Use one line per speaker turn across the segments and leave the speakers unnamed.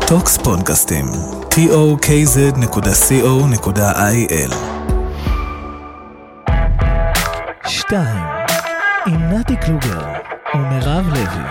טוקס פודקאסטים. tokz.co.il 2. עם נתי קלוגר ומירב לוי.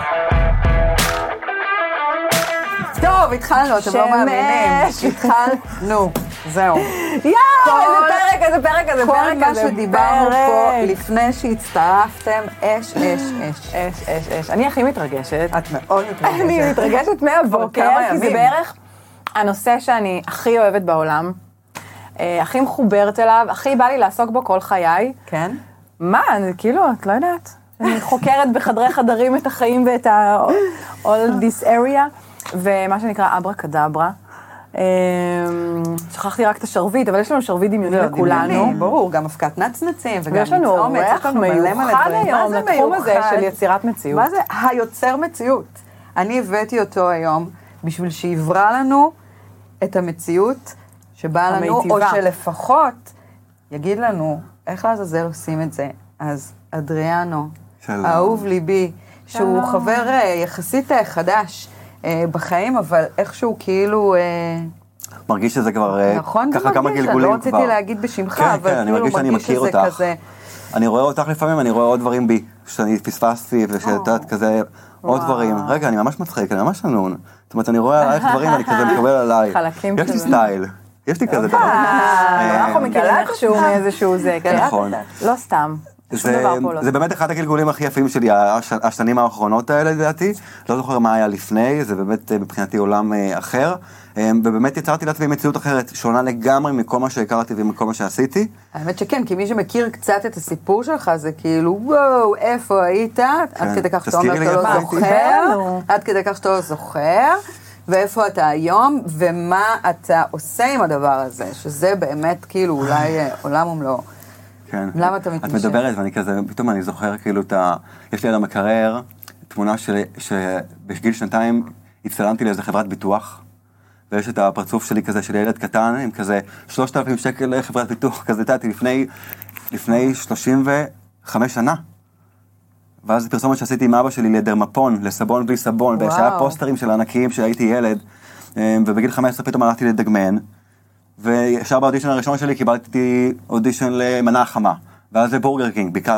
טוב, התחלנו, אתם לא מאמינים. התחלנו, זהו.
איזה פרק.
כל מה שדיברנו פה לפני שהצטרפתם, אש.
אני הכי מתרגשת.
את מאוד מתרגשת.
אני מתרגשת מהבוקר, כי זה בערך הנושא שאני הכי אוהבת בעולם, הכי מחוברת אליו, הכי בא לי לעסוק בו כל חיי.
כן?
מה, אני כאילו, את לא יודעת. אני חוקרת בחדרי חדרים את החיים ואת all this area, ומה שנקרא אברה קדברה. שכחתי רק את השרביט, אבל יש לנו שרביט דמיוני לכולנו.
ברור, גם הפקת נצנצים וגם
ויש לנו אורח מיוחד היום לתחום הזה של יצירת מציאות.
מה זה היוצר מציאות? אני הבאתי אותו היום בשביל שיברא לנו את המציאות שבאה לנו, או שלפחות יגיד לנו איך לעזאזל עושים את זה. אז אדריאנו, אהוב ליבי, שהוא חבר יחסית חדש בחיים, אבל איכשהו כאילו
מרגיש שזה כבר
נכון,
ככה כמה גלגולים כבר.
לא רציתי להגיד בשמך, אבל
אני מרגיש שאני מכיר אותך. אני רואה אותך לפעמים, אני רואה עוד דברים בי, שאני פספסתי ושאתה כזה עוד דברים. רגע, אני ממש מצחיק, אני ממש ענון. זאת אומרת, אני רואה עלייך דברים ואני כזה מקבל עליי. יש לי סטייל. יש לי כזה דבר.
אנחנו מכירים איכשהו מאיזשהו זה,
נכון.
לא סתם.
זה באמת אחד הגלגולים הכי יפים שלי, השנים האחרונות האלה לדעתי. לא זוכר מה היה לפני, זה באמת מבחינתי עולם אחר. ובאמת יצרתי לעצמי מציאות אחרת, שונה לגמרי מכל מה שהכרתי ומכל מה שעשיתי.
האמת שכן, כי מי שמכיר קצת את הסיפור שלך, זה כאילו, וואו, איפה היית? עד כדי כך שאתה אומר, אתה לא זוכר. עד כדי כך שאתה לא זוכר. ואיפה אתה היום, ומה אתה עושה עם הדבר הזה, שזה באמת כאילו אולי עולם ומלואו.
כן.
למה אתה מתמשך?
את מדברת ואני כזה, פתאום אני זוכר כאילו יש לי על המקרר תמונה שבגיל 2 הצטלמתי לאיזה חברת ביטוח, ויש את הפרצוף שלי כזה של ילד קטן, עם כזה 3,000 שקל לחברת ביטוח, כזה תעתי לפני 35 שנה. ואז פרסומת שעשיתי עם אבא שלי לדרמפון, לסבון בלי סבון, ושהיה פוסטרים של ענקיים שהייתי ילד, ובגיל 15 פתאום הלכתי לדגמן, וישר באודישן הראשון שלי קיבלתי אודישן למנה חמה, ואז זה בורגר קינג, בעיקר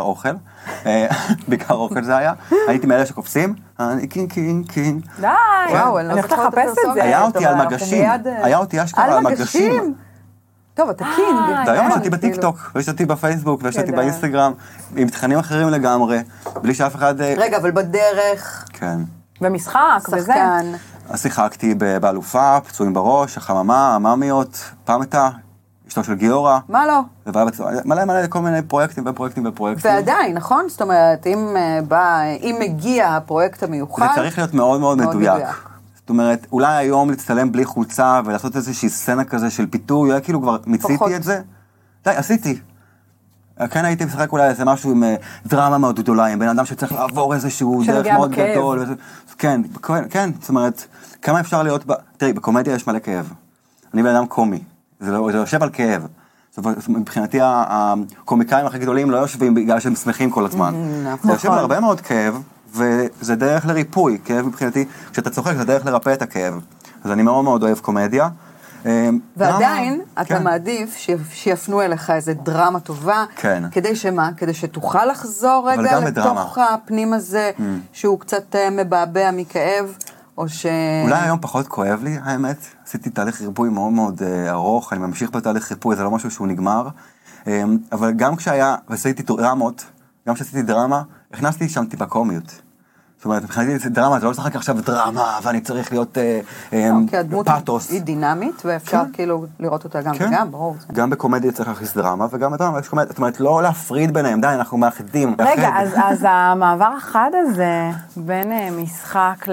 אוכל זה היה, הייתי מאלה שקופסים, קינג.
די, אני הולכת לחפש את זה.
היה אותי על אשכרה על מגשים.
טוב, אתה קינג.
היום יש אותי בטיקטוק, ויש אותי בפייסבוק, ויש אותי באינסטגרם, עם תכנים אחרים לגמרי, בלי שאף אחד...
רגע, אבל בדרך...
כן.
במשחק וזה.
אז שיחקתי באלופה, פצועים בראש, החממה, הממיות, פמתה, אשתו של גיורא.
מה לא?
מלא כל מיני פרויקטים.
ועדיין, נכון? זאת אומרת, אם מגיע הפרויקט המיוחד...
זה צריך להיות מאוד מאוד מדויק. זאת אומרת, אולי היום להצטלם בלי חולצה ולעשות איזושהי סצנה כזה של פיתוי, אולי כאילו כבר מיציתי את זה. די, עשיתי. כן הייתי משחק אולי איזה משהו עם דרמה מאוד גדולה, עם בן אדם שצריך לעבור איזשהו דרך מאוד גדול. כן, זאת אומרת, כמה אפשר להיות... תראי, בקומדיה יש מלא כאב. אני בן אדם קומי, זה יושב על כאב. מבחינתי הקומיקאים הכי גדולים לא יושבים בגלל שהם שמחים כל הזמן. זה יושב על הרבה מאוד כאב, וזה דרך לריפוי, כאב מבחינתי, כשאתה צוחק זה דרך לרפא את הכאב. אז אני מאוד מאוד אוהב קומדיה.
ועדיין, אתה מעדיף שיפנו אליך איזה דרמה טובה, כדי שמה? כדי שתוכל לחזור רגע לתוך הפנים הזה, שהוא קצת מבעבע מכאב, או ש...
אולי היום פחות כואב לי, האמת. עשיתי תהליך ריפוי מאוד מאוד ארוך, אני ממשיך בתהליך ריפוי, זה לא משהו שהוא נגמר. אבל גם כשהיה, ועשיתי דרמות, גם כשעשיתי דרמה, הכנסתי שם טיפה קומיות. זאת אומרת, מבחינתי דרמה, זה לא לשחק עכשיו דרמה, ואני צריך להיות פאטוס.
כי הדמות היא דינמית, ואפשר כאילו לראות אותה גם וגם, ברור.
גם בקומדיה צריך להכניס דרמה, וגם בדרמה יש קומדיה. זאת אומרת, לא להפריד ביניהם, די, אנחנו מאחדים.
רגע, אז המעבר החד הזה, בין משחק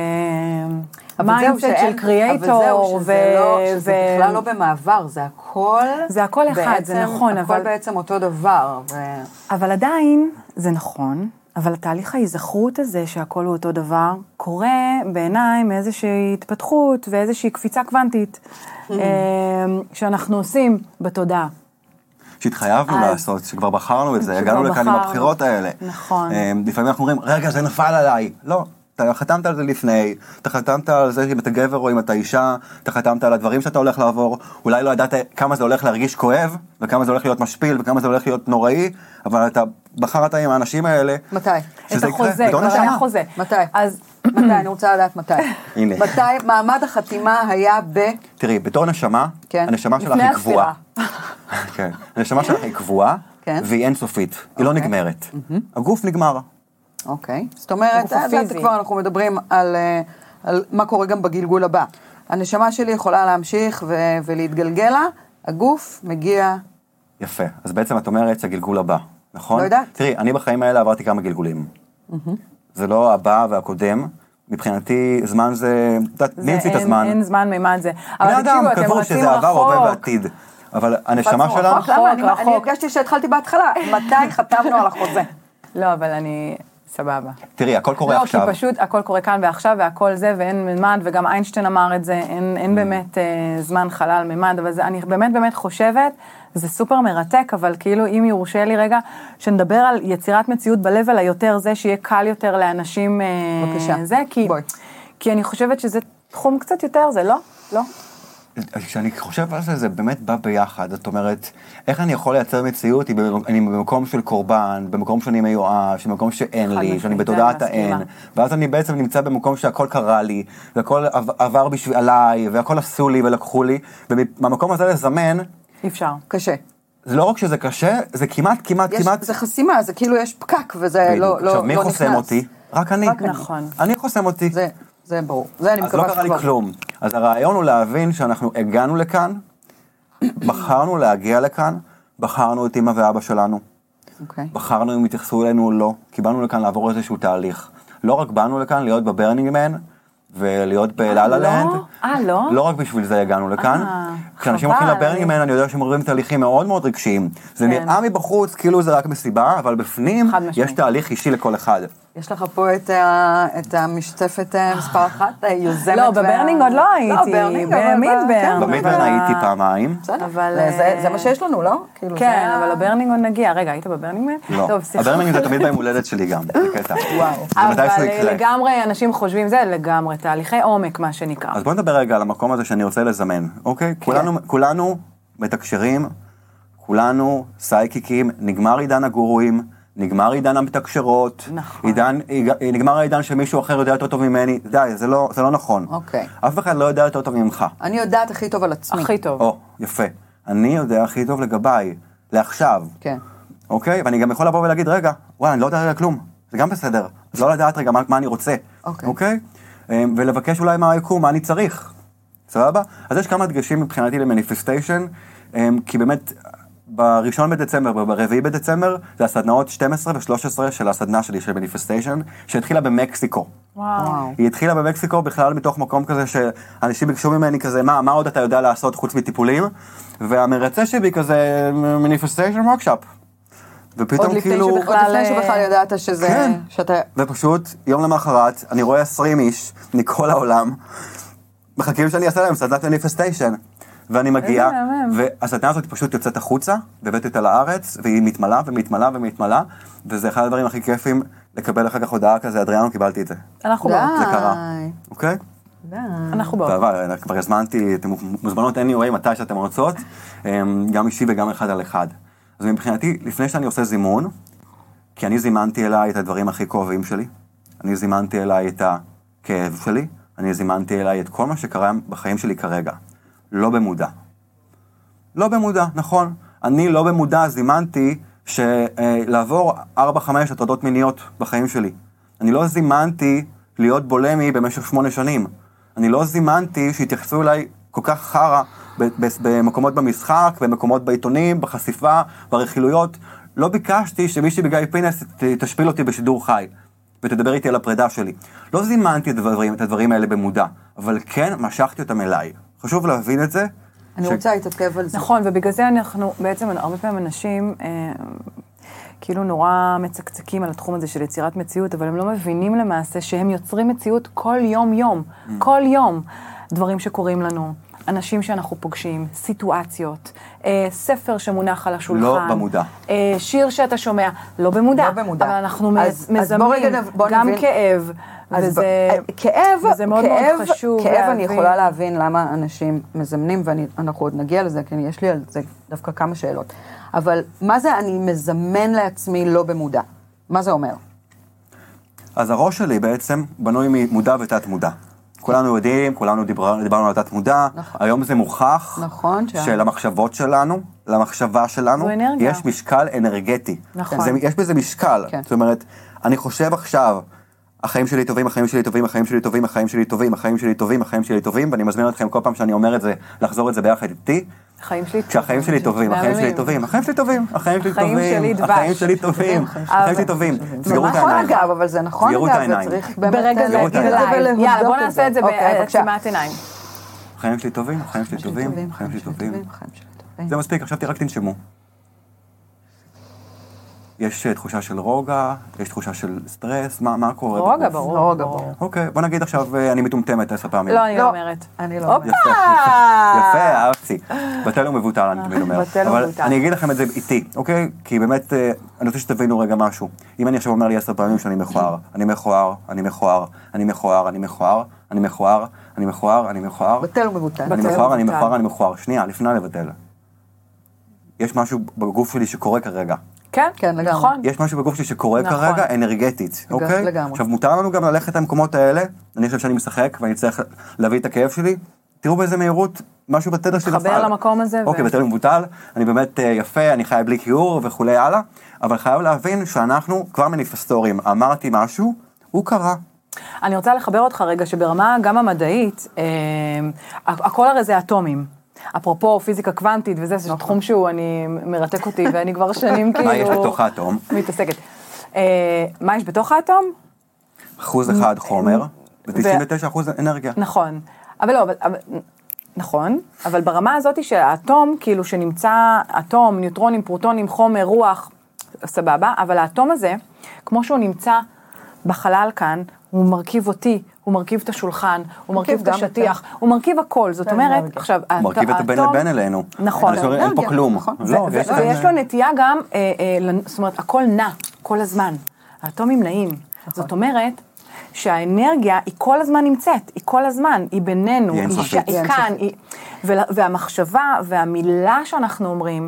למיינדסט של קריאייטור,
זה בכלל לא במעבר, זה הכל...
זה הכל אחד, זה נכון, אבל...
הכל בעצם אותו דבר.
אבל עדיין, זה נכון. אבל התהליך ההיזכרות הזה, שהכל הוא אותו דבר, קורה בעיניי מאיזושהי התפתחות ואיזושהי קפיצה קוונטית, שאנחנו עושים בתודעה.
שהתחייבנו לעשות, שכבר בחרנו את זה, הגענו לכאן עם הבחירות האלה.
נכון.
לפעמים אנחנו אומרים, רגע, זה נפל עליי. לא, אתה חתמת על זה לפני, אתה חתמת על זה אם אתה גבר או אם אתה אישה, אתה חתמת על הדברים שאתה הולך לעבור, אולי לא ידעת כמה זה הולך להרגיש כואב, וכמה זה הולך להיות משפיל, וכמה זה הולך להיות נוראי, אבל אתה בחרת עם האנשים האלה.
מתי?
את החוזה, מתי החוזה?
מתי? מתי? אני רוצה לדעת מתי.
הנה.
מתי מעמד החתימה היה
תראי, בתור נשמה, הנשמה שלך היא קבועה. כן. הנשמה שלך היא קבועה, והיא אינסופית, היא לא נגמרת. הגוף נגמר.
אוקיי. זאת אומרת, זה כבר אנחנו מדברים על מה קורה גם בגלגול הבא. הנשמה שלי יכולה להמשיך ולהתגלגל לה, הגוף מגיע...
יפה. אז בעצם את אומרת שהגלגול הבא, נכון?
לא יודעת.
תראי, אני בחיים האלה עברתי כמה גלגולים. זה לא הבא והקודם. מבחינתי, זמן זה... מי המציא את הזמן?
אין זמן מימד זה.
בני אדם קבעו שזה עבר, הווה ועתיד. אבל הנשמה שלנו...
אני הרגשתי שהתחלתי בהתחלה. מתי חתמנו על החוזה?
לא, אבל אני... סבבה.
תראי, הכל קורה עכשיו.
לא, כי פשוט הכל קורה כאן ועכשיו, והכל זה, ואין ממד, וגם איינשטיין אמר את זה, אין באמת זמן חלל ממד, אבל אני באמת חושבת, זה סופר מרתק, אבל כאילו אם יורשה לי רגע, שנדבר על יצירת מציאות בלבל היותר זה, שיהיה קל יותר לאנשים זה, כי אני חושבת שזה תחום קצת יותר, זה לא? לא?
כשאני חושב על זה, זה באמת בא ביחד. זאת אומרת, איך אני יכול לייצר מציאות? אני במקום של קורבן, במקום שאני מיואש, במקום שאין לי, שאני בתודעת האין. ואז אני בעצם נמצא במקום שהכל קרה לי, והכל עבר עליי, והכל עשו לי ולקחו לי. ובמקום הזה לזמן...
אי אפשר.
קשה.
זה לא רק שזה קשה, זה כמעט.
זה חסימה, זה כאילו יש פקק, וזה לא נכנס.
עכשיו, מי חוסם אותי? רק אני.
נכון.
אני חוסם אותי.
זה ברור. זה אני מקווה
אז לא קרה לי כלום. אז הרעיון הוא להבין שאנחנו הגענו לכאן, בחרנו להגיע לכאן, בחרנו את אמא ואבא שלנו. בחרנו אם יתייחסו אלינו או לא, כי באנו לכאן לעבור איזשהו תהליך. לא רק באנו לכאן להיות בברנינג מן, ולהיות בללה לנד.
לא?
לא רק בשביל זה הגענו לכאן. כשאנשים הולכים לברנינג מן, אני יודע שהם עוברים תהליכים מאוד מאוד רגשיים. זה נראה מבחוץ כאילו זה רק מסיבה, אבל בפנים יש תהליך אישי לכל אחד.
יש לך פה את המשתפת מספר אחת, היוזמת.
לא, בברנינג עוד לא הייתי, במידברן.
במידברן הייתי פעמיים.
זה מה שיש לנו, לא?
כן, אבל הברנינג עוד נגיע. רגע, היית בברנינג?
לא, הברנינג זה תמיד ביום הולדת שלי גם, זה קטע.
אבל לגמרי, אנשים חושבים, זה לגמרי, תהליכי עומק, מה שנקרא.
אז בוא נדבר רגע על המקום הזה שאני רוצה לזמן, אוקיי? כולנו מתקשרים, כולנו סייקיקים, נגמר עידן הגורואים, נגמר עידן המתקשרות, נגמר העידן שמישהו אחר יודע יותר טוב ממני, די, זה לא נכון. אף אחד לא יודע יותר טוב ממך.
אני יודעת הכי טוב על עצמי.
הכי טוב.
או, יפה. אני יודע הכי טוב לגביי, לעכשיו.
כן.
אוקיי? ואני גם יכול לבוא ולהגיד, רגע, וואי, אני לא יודע רגע כלום. זה גם בסדר. אז לא לדעת רגע מה אני רוצה. אוקיי? ולבקש אולי מהיקום, מה אני צריך. סבבה? אז יש כמה דגשים מבחינתי למניפיסטיישן, כי באמת, ב1 בדצמבר וב4 בדצמבר, זה הסדנאות 12 ו13 של הסדנה שלי של מניפיסטיישן, שהתחילה במקסיקו.
וואו.
היא התחילה במקסיקו בכלל מתוך מקום כזה שאנשים ביקשו ממני כזה, מה עוד אתה יודע לעשות חוץ מטיפולים? והמרצה שבי כזה, מניפיסטיישן וורקשופ. ופתאום כאילו...
עוד לפני שבכלל ידעת שזה...
כן. ופשוט, יום למחרת, אני רואה 20 איש מכל העולם, מחכים שאני אעשה להם סדנת מניפיסטיישן. ואני מגיע, והסדנה הזאת פשוט יוצאת החוצה, והבאתי אותה לארץ, והיא מתמלאה, וזה אחד הדברים הכי כיפים לקבל אחר כך הודעה כזה, אדריאנו, קיבלתי את זה.
אנחנו באות.
זה קרה. אוקיי?
אנחנו באות.
כבר הזמנתי, אתם מוזמנות anyway, מתי שאתם רוצות, גם אישי וגם אחד על אחד. אז מבחינתי, לפני שאני עושה זימון, כי אני זימנתי אליי את הדברים הכי כואבים שלי, אני זימנתי אליי את הכאב שלי, אני זימנתי אליי את כל מה שקרה בחיים שלי כרגע. לא במודע. לא במודע, נכון. אני לא במודע זימנתי לעבור 4-5 הטרדות מיניות בחיים שלי. אני לא זימנתי להיות בולמי במשך 8 שנים. אני לא זימנתי שהתייחסו אליי כל כך חרה במקומות במשחק, במקומות בעיתונים, בחשיפה, ברכילויות. לא ביקשתי שמישהי בגיא פינס תשפיל אותי בשידור חי ותדבר איתי על הפרידה שלי. לא זימנתי את הדברים האלה במודע, אבל כן משכתי אותם אליי. חשוב להבין את זה.
אני רוצה להתעכב על זה.
נכון, ובגלל זה אנחנו, בעצם הרבה פעמים אנשים, כאילו נורא מצקצקים על התחום הזה של יצירת מציאות, אבל הם לא מבינים למעשה שהם יוצרים מציאות כל יום. כל יום. דברים שקורים לנו, אנשים שאנחנו פוגשים, סיטואציות, ספר שמונח על השולחן.
לא במודע.
שיר שאתה שומע, לא במודע. אבל אנחנו מזמנים גם כאב,
אז כאב,
וזה מאוד מאוד חשוב
כאב אני יכולה להבין למה אנשים מזמנים, ואנחנו עוד נגיע לזה, כי יש לי על זה דווקא כמה שאלות. אבל מה זה אני מזמן לעצמי לא במודע? מה זה אומר?
אז הראש שלי בעצם בנוי ממודע ותת מודע. כולנו יודעים, כולנו דיברנו על תת מודע, היום זה מוכח שלמחשבות שלנו, למחשבה שלנו, יש משקל אנרגטי. יש בזה משקל. זאת אומרת, אני חושב עכשיו, החיים שלי טובים, החיים שלי טובים, החיים שלי טובים, החיים שלי טובים, החיים שלי טובים, החיים שלי טובים, ואני מזמין אתכם כל פעם שאני אומר את זה, לחזור את זה ביחד איתי. שהחיים שלי טובים, החיים שלי טובים, החיים שלי טובים, החיים שלי טובים, החיים שלי טובים, החיים שלי טובים. סגרו את העיניים.
נכון אגב, אבל זה נכון אגב, וצריך באמת להגיד את זה ולהודות.
יאללה, בוא נעשה את זה בעצימת עיניים.
החיים שלי טובים, החיים שלי טובים, החיים שלי טובים. זה מספיק, עכשיו רק תנשמו. יש תחושה של רוגע, יש תחושה של סטרס, מה קורה?
רוגע, ברור.
אוקיי, בוא נגיד עכשיו, אני מטומטמת 10 פעמים.
לא, אני לא אומרת.
אני לא אומרת.
יפה, אהבתי. בטל ומבוטל, אני תמיד אומר. אבל אני אגיד לכם את זה איתי, אוקיי? כי באמת, אני רוצה שתבינו רגע משהו. אם אני עכשיו אומר לי 10 פעמים שאני מכוער, אני מכוער, אני מכוער, אני מכוער, אני מכוער, אני מכוער, אני מכוער, אני מכוער.
בטל ומבוטל.
אני מכוער, אני מכוער, אני מכוער. שנייה, לפני לבטל. יש משהו בגוף שלי שקורה כרגע.
כן, נכון.
יש משהו בגוף שלי שקורה כרגע אנרגטית, אוקיי?
לגמרי.
עכשיו, מותר לנו גם ללכת למקומות האלה, אני חושב שאני משחק ואני צריך להביא את הכאב שלי, תראו באיזה מהירות, משהו בתדר שלי נפל.
חבר למקום הזה.
אוקיי, בתדר מבוטל, אני באמת יפה, אני חי בלי קיור וכולי הלאה, אבל חייב להבין שאנחנו כבר מניפסטורים, אמרתי משהו, הוא קרה.
אני רוצה לחבר אותך רגע שברמה גם המדעית, הכל הרי זה אטומים. אפרופו פיזיקה קוונטית וזה, זה תחום שהוא מרתק אותי, ואני כבר שנים כאילו...
מה יש בתוך האטום?
מתעסקת. מה יש בתוך האטום?
1% חומר, ו-99% אנרגיה.
נכון. אבל לא, נכון, אבל ברמה הזאת שהאטום, כאילו שנמצא אטום, ניוטרונים, פרוטונים, חומר, רוח, סבבה, אבל האטום הזה, כמו שהוא נמצא בחלל כאן, הוא מרכיב אותי, הוא מרכיב את השולחן, הוא מרכיב את השטיח, הוא מרכיב הכל, זאת אומרת, עכשיו,
הוא מרכיב את הבן לבן אלינו.
נכון.
אין פה כלום.
ויש לו נטייה גם, זאת אומרת, הכל נע, כל הזמן. האטומים נעים. זאת אומרת, שהאנרגיה היא כל הזמן נמצאת, היא כל הזמן, היא בינינו, היא כאן, והמחשבה והמילה שאנחנו אומרים,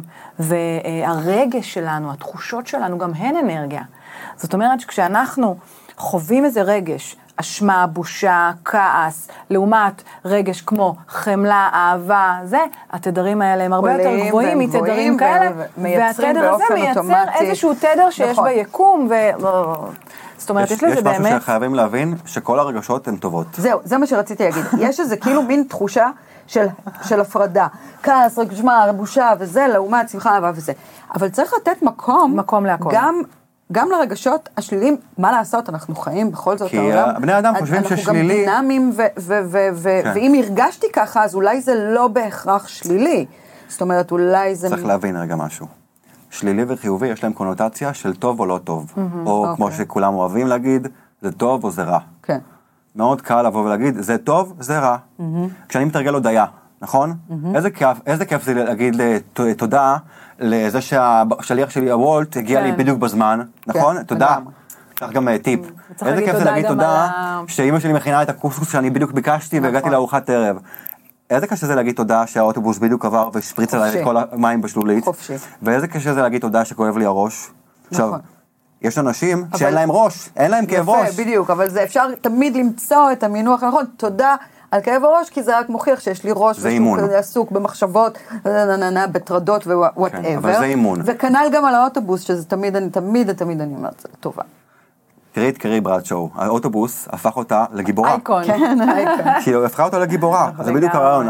והרגש שלנו, התחושות שלנו, גם הן אנרגיה. זאת אומרת שכשאנחנו חווים איזה רגש, אשמה, בושה, כעס, לעומת רגש כמו חמלה, אהבה, זה, התדרים האלה הם הרבה יותר גבוהים מתדרים כאלה, והתדר הזה מייצר איזשהו תדר שיש ביקום, זאת אומרת, יש לזה באמת...
יש משהו שחייבים להבין, שכל הרגשות הן טובות.
זהו, זה מה שרציתי להגיד. יש איזה כאילו מין תחושה של הפרדה. כעס, רגשמה, בושה וזה, לעומת שמחה, אהבה וזה. אבל צריך לתת מקום
להכל.
גם לרגשות השליליים, מה לעשות, אנחנו חיים בכל זאת העולם.
כי בני אדם חושבים ששלילי...
אנחנו גם דינמיים, ואם הרגשתי ככה, אז אולי זה לא בהכרח שלילי. זאת אומרת, אולי זה...
צריך להבין רגע משהו. שלילי וחיובי יש להם קונוטציה של טוב או לא טוב. או כמו שכולם אוהבים להגיד, זה טוב או זה רע.
כן.
מאוד קל לבוא ולהגיד, זה טוב, זה רע. כשאני מתרגל הודיה, נכון? איזה כיף זה להגיד תודה לזה שהשליח שלי הוולט הגיע לי בדיוק בזמן, נכון? תודה. צריך גם טיפ. איזה כיף זה להגיד תודה שאמא שלי מכינה את הקורסקוס שאני בדיוק ביקשתי והגעתי לארוחת ערב. איזה קשה זה להגיד תודה שהאוטובוס בדיוק עבר ושפריץ עליי את כל המים בשלולית.
חופשי.
ואיזה קשה זה להגיד תודה שכואב לי הראש. עכשיו, יש אנשים שאין להם ראש, אין להם כאב ראש.
יפה, בדיוק, אבל זה אפשר תמיד למצוא את המינוח הנכון. תודה על כאב הראש, כי זה רק מוכיח שיש לי ראש ושהוא כזה עסוק במחשבות, בטרדות ווואטאבר.
אבל זה אימון.
וכנ"ל גם על האוטובוס, שזה תמיד אני אומרת, זה טובה.
תראי את קרי ברדשו, האוטובוס הפך אותה לגיבורה.
אייקון.
כן, אייקון.
כי הוא הפכה אותה לגיבורה, זה בדיוק הרעיון,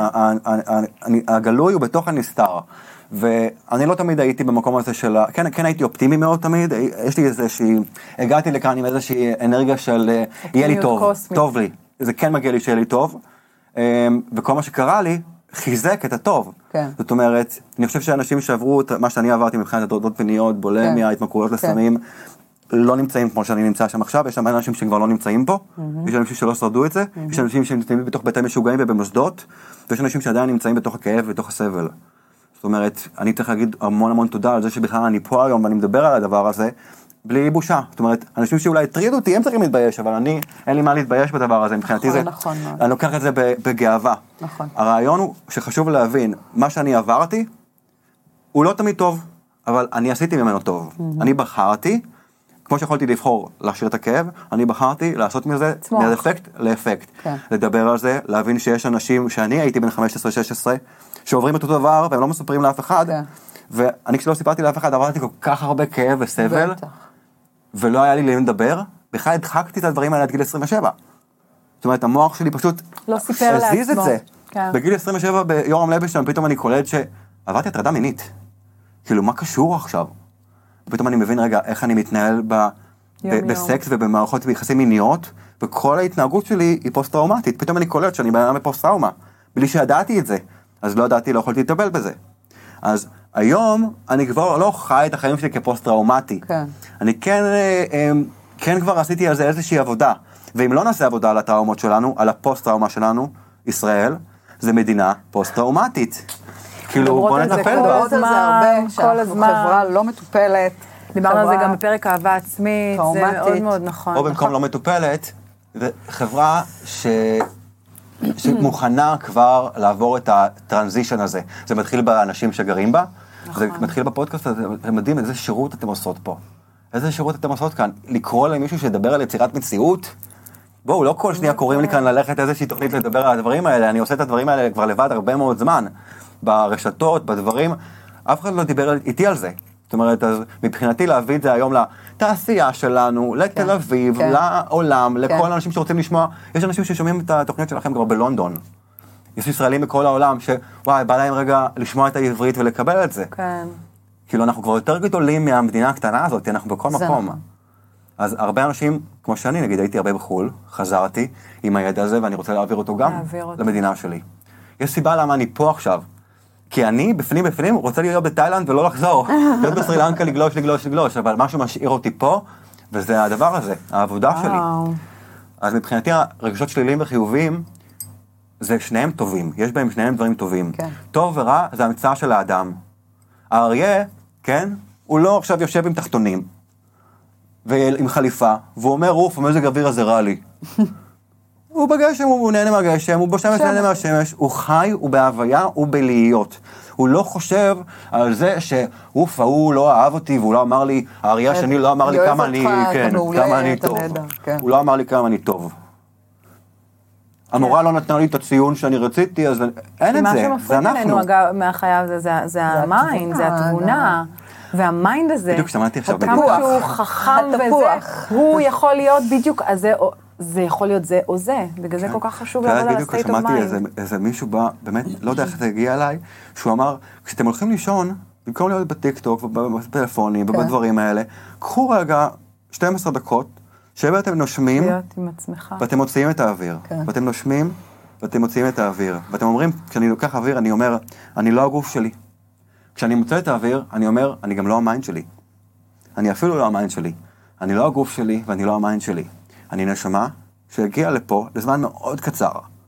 הגלוי הוא בתוך הנסתר. ואני לא תמיד הייתי במקום הזה של, כן הייתי אופטימי מאוד תמיד, יש לי איזושהי, הגעתי לכאן עם איזושהי אנרגיה של, יהיה לי טוב, טוב לי, זה כן מגיע לי שיהיה לי טוב, וכל מה שקרה לי, חיזק את הטוב.
כן.
זאת אומרת, אני חושב שאנשים שעברו את מה שאני עברתי מבחינת הטרדות מיניות, בולמיה, התמכרויות לסמים, לא נמצאים כמו שאני נמצא שם עכשיו, יש שם אנשים שכבר לא נמצאים פה, יש אנשים שלא שרדו את זה, יש אנשים שנמצאים בתוך בתי משוגעים ובמוסדות, ויש אנשים שעדיין נמצאים בתוך הכאב ובתוך הסבל. זאת אומרת, אני צריך להגיד המון תודה על זה שבכלל אני פה היום ואני מדבר על הדבר הזה, בלי בושה. זאת אומרת, אנשים שאולי הטרידו אותי, הם צריכים להתבייש, אבל אין לי מה להתבייש בדבר הזה, מבחינתי זה, אני לוקח את זה בגאווה.
נכון.
הרעיון הוא שחשוב להבין, מה שאני עברתי, הוא לא תמיד טוב, אבל אני עשיתי ממנו טוב. אני בחרתי, כמו שיכולתי לבחור להשאיר את הכאב, אני בחרתי לעשות מזה, מאפקט לאפקט. לדבר על זה, להבין שיש אנשים שאני הייתי בן 15-16, שעוברים את אותו דבר, והם לא מספרים לאף אחד, ואני כשלא סיפרתי לאף אחד, עברתי כל כך הרבה כאב וסבל, ולא היה לי לי לדבר, בכלל הדחקתי את הדברים האלה עד גיל 27. זאת אומרת, המוח שלי פשוט הזיז את זה. בגיל 27 ביורם לוינשטיין, פתאום אני קולט שעברתי הטרדה מינית. כאילו, מה קשור עכשיו? ופתאום אני מבין רגע איך אני מתנהל בסקס ובמערכות ביחסים מיניות, וכל ההתנהגות שלי היא פוסט-טראומטית. פתאום אני קולט שאני בן בפוסט-טראומה, בלי שידעתי את זה. אז לא ידעתי, לא יכולתי לטפל בזה. אז היום אני כבר לא חי את החיים שלי כפוסט-טראומטי. אני כן כבר עשיתי על זה איזושהי עבודה. ואם לא נעשה עבודה על הטראומות שלנו, על הפוסט-טראומה שלנו, ישראל, זה מדינה פוסט-טראומטית. כאילו, בוא נטפל בזה.
מדברות על זה הרבה, שאנחנו חברה לא מטופלת.
דיברנו על זה גם בפרק אהבה עצמית, זה מאוד מאוד נכון.
או במקום לא מטופלת, חברה שמוכנה כבר לעבור את הטרנזישן הזה. זה מתחיל באנשים שגרים בה, זה מתחיל בפודקאסט, אתם יודעים איזה שירות אתם עושות פה. איזה שירות אתם עושות כאן. לקרוא למישהו שידבר על יצירת מציאות, בואו, לא כל שנייה קוראים לי כאן ללכת איזושהי תוכנית לדבר על הדברים האלה, אני עושה את הדברים האלה כבר לבד הרבה מאוד זמן. ברשתות, בדברים, אף אחד לא דיבר איתי על זה. זאת אומרת, אז מבחינתי להביא את זה היום לתעשייה שלנו, לתל אביב, לעולם, לכל האנשים שרוצים לשמוע. יש אנשים ששומעים את התוכניות שלכם כבר בלונדון. יש ישראלים בכל העולם שוואי, בא להם רגע לשמוע את העברית ולקבל את זה.
כן.
כאילו, אנחנו כבר יותר גדולים מהמדינה הקטנה הזאת, אנחנו בכל מקום. אז הרבה אנשים, כמו שאני, נגיד, הייתי הרבה בחול, חזרתי עם הידע הזה, ואני רוצה להעביר אותו גם למדינה שלי. יש סיבה למה אני פה עכשיו. כי אני, בפנים, רוצה להיות בתאילנד ולא לחזור. להיות בסרילנקה לגלוש, אבל משהו משאיר אותי פה, וזה הדבר הזה, העבודה שלי. אז מבחינתי, הרגשות שליליים וחיוביים, זה שניהם טובים. יש בהם שניהם דברים טובים. טוב ורע, זה המצאה של האדם. האריה, כן, הוא לא עכשיו יושב עם תחתונים, ועם חליפה, והוא אומר, רוף, המזג האוויר הזה רע לי. הוא בגשם, הוא נהנה מהגשם, הוא בשמש נהנה מהשמש, הוא חי, הוא בהוויה, הוא בלהיות. הוא לא חושב על זה שאוף, הוא לא אהב אותי, והוא לא אמר לי, האריה שני לא אמר לי כמה אני, כן, כמה אני טוב. הוא לא אמר לי כמה אני טוב. המורה לא נתנה לי את הציון שאני רציתי, אז אין את זה, זה אנחנו.
מה שמפריע לנו, אגב, מהחייו, זה המיינד, זה התבונה. והמיינד הזה,
בדיוק שמעתי עכשיו
כמה שהוא חכם וזה, הוא יכול להיות בדיוק, זה יכול להיות זה או זה, בגלל זה כל כך חשוב לעבוד על ה-state of mind.
בדיוק שמעתי איזה מישהו בא, באמת, לא יודע איך זה הגיע אליי, שהוא אמר, כשאתם הולכים לישון, במקום להיות בטיקטוק ובטלפונים ובדברים האלה, קחו רגע 12 דקות, שבו אתם נושמים, ואתם מוציאים את האוויר. ואתם נושמים, ואתם מוציאים את האוויר. ואתם אומרים, כשאני לוקח אוויר, אני אומר, אני לא הגוף שלי. כשאני מוצא את האוויר, אני אומר, אני גם לא המיינד שלי. אני אפילו לא המיינד שלי. אני לא הגוף שלי ואני לא המיינד שלי. אני נשמה שהגיע לפה לזמן מאוד קצר.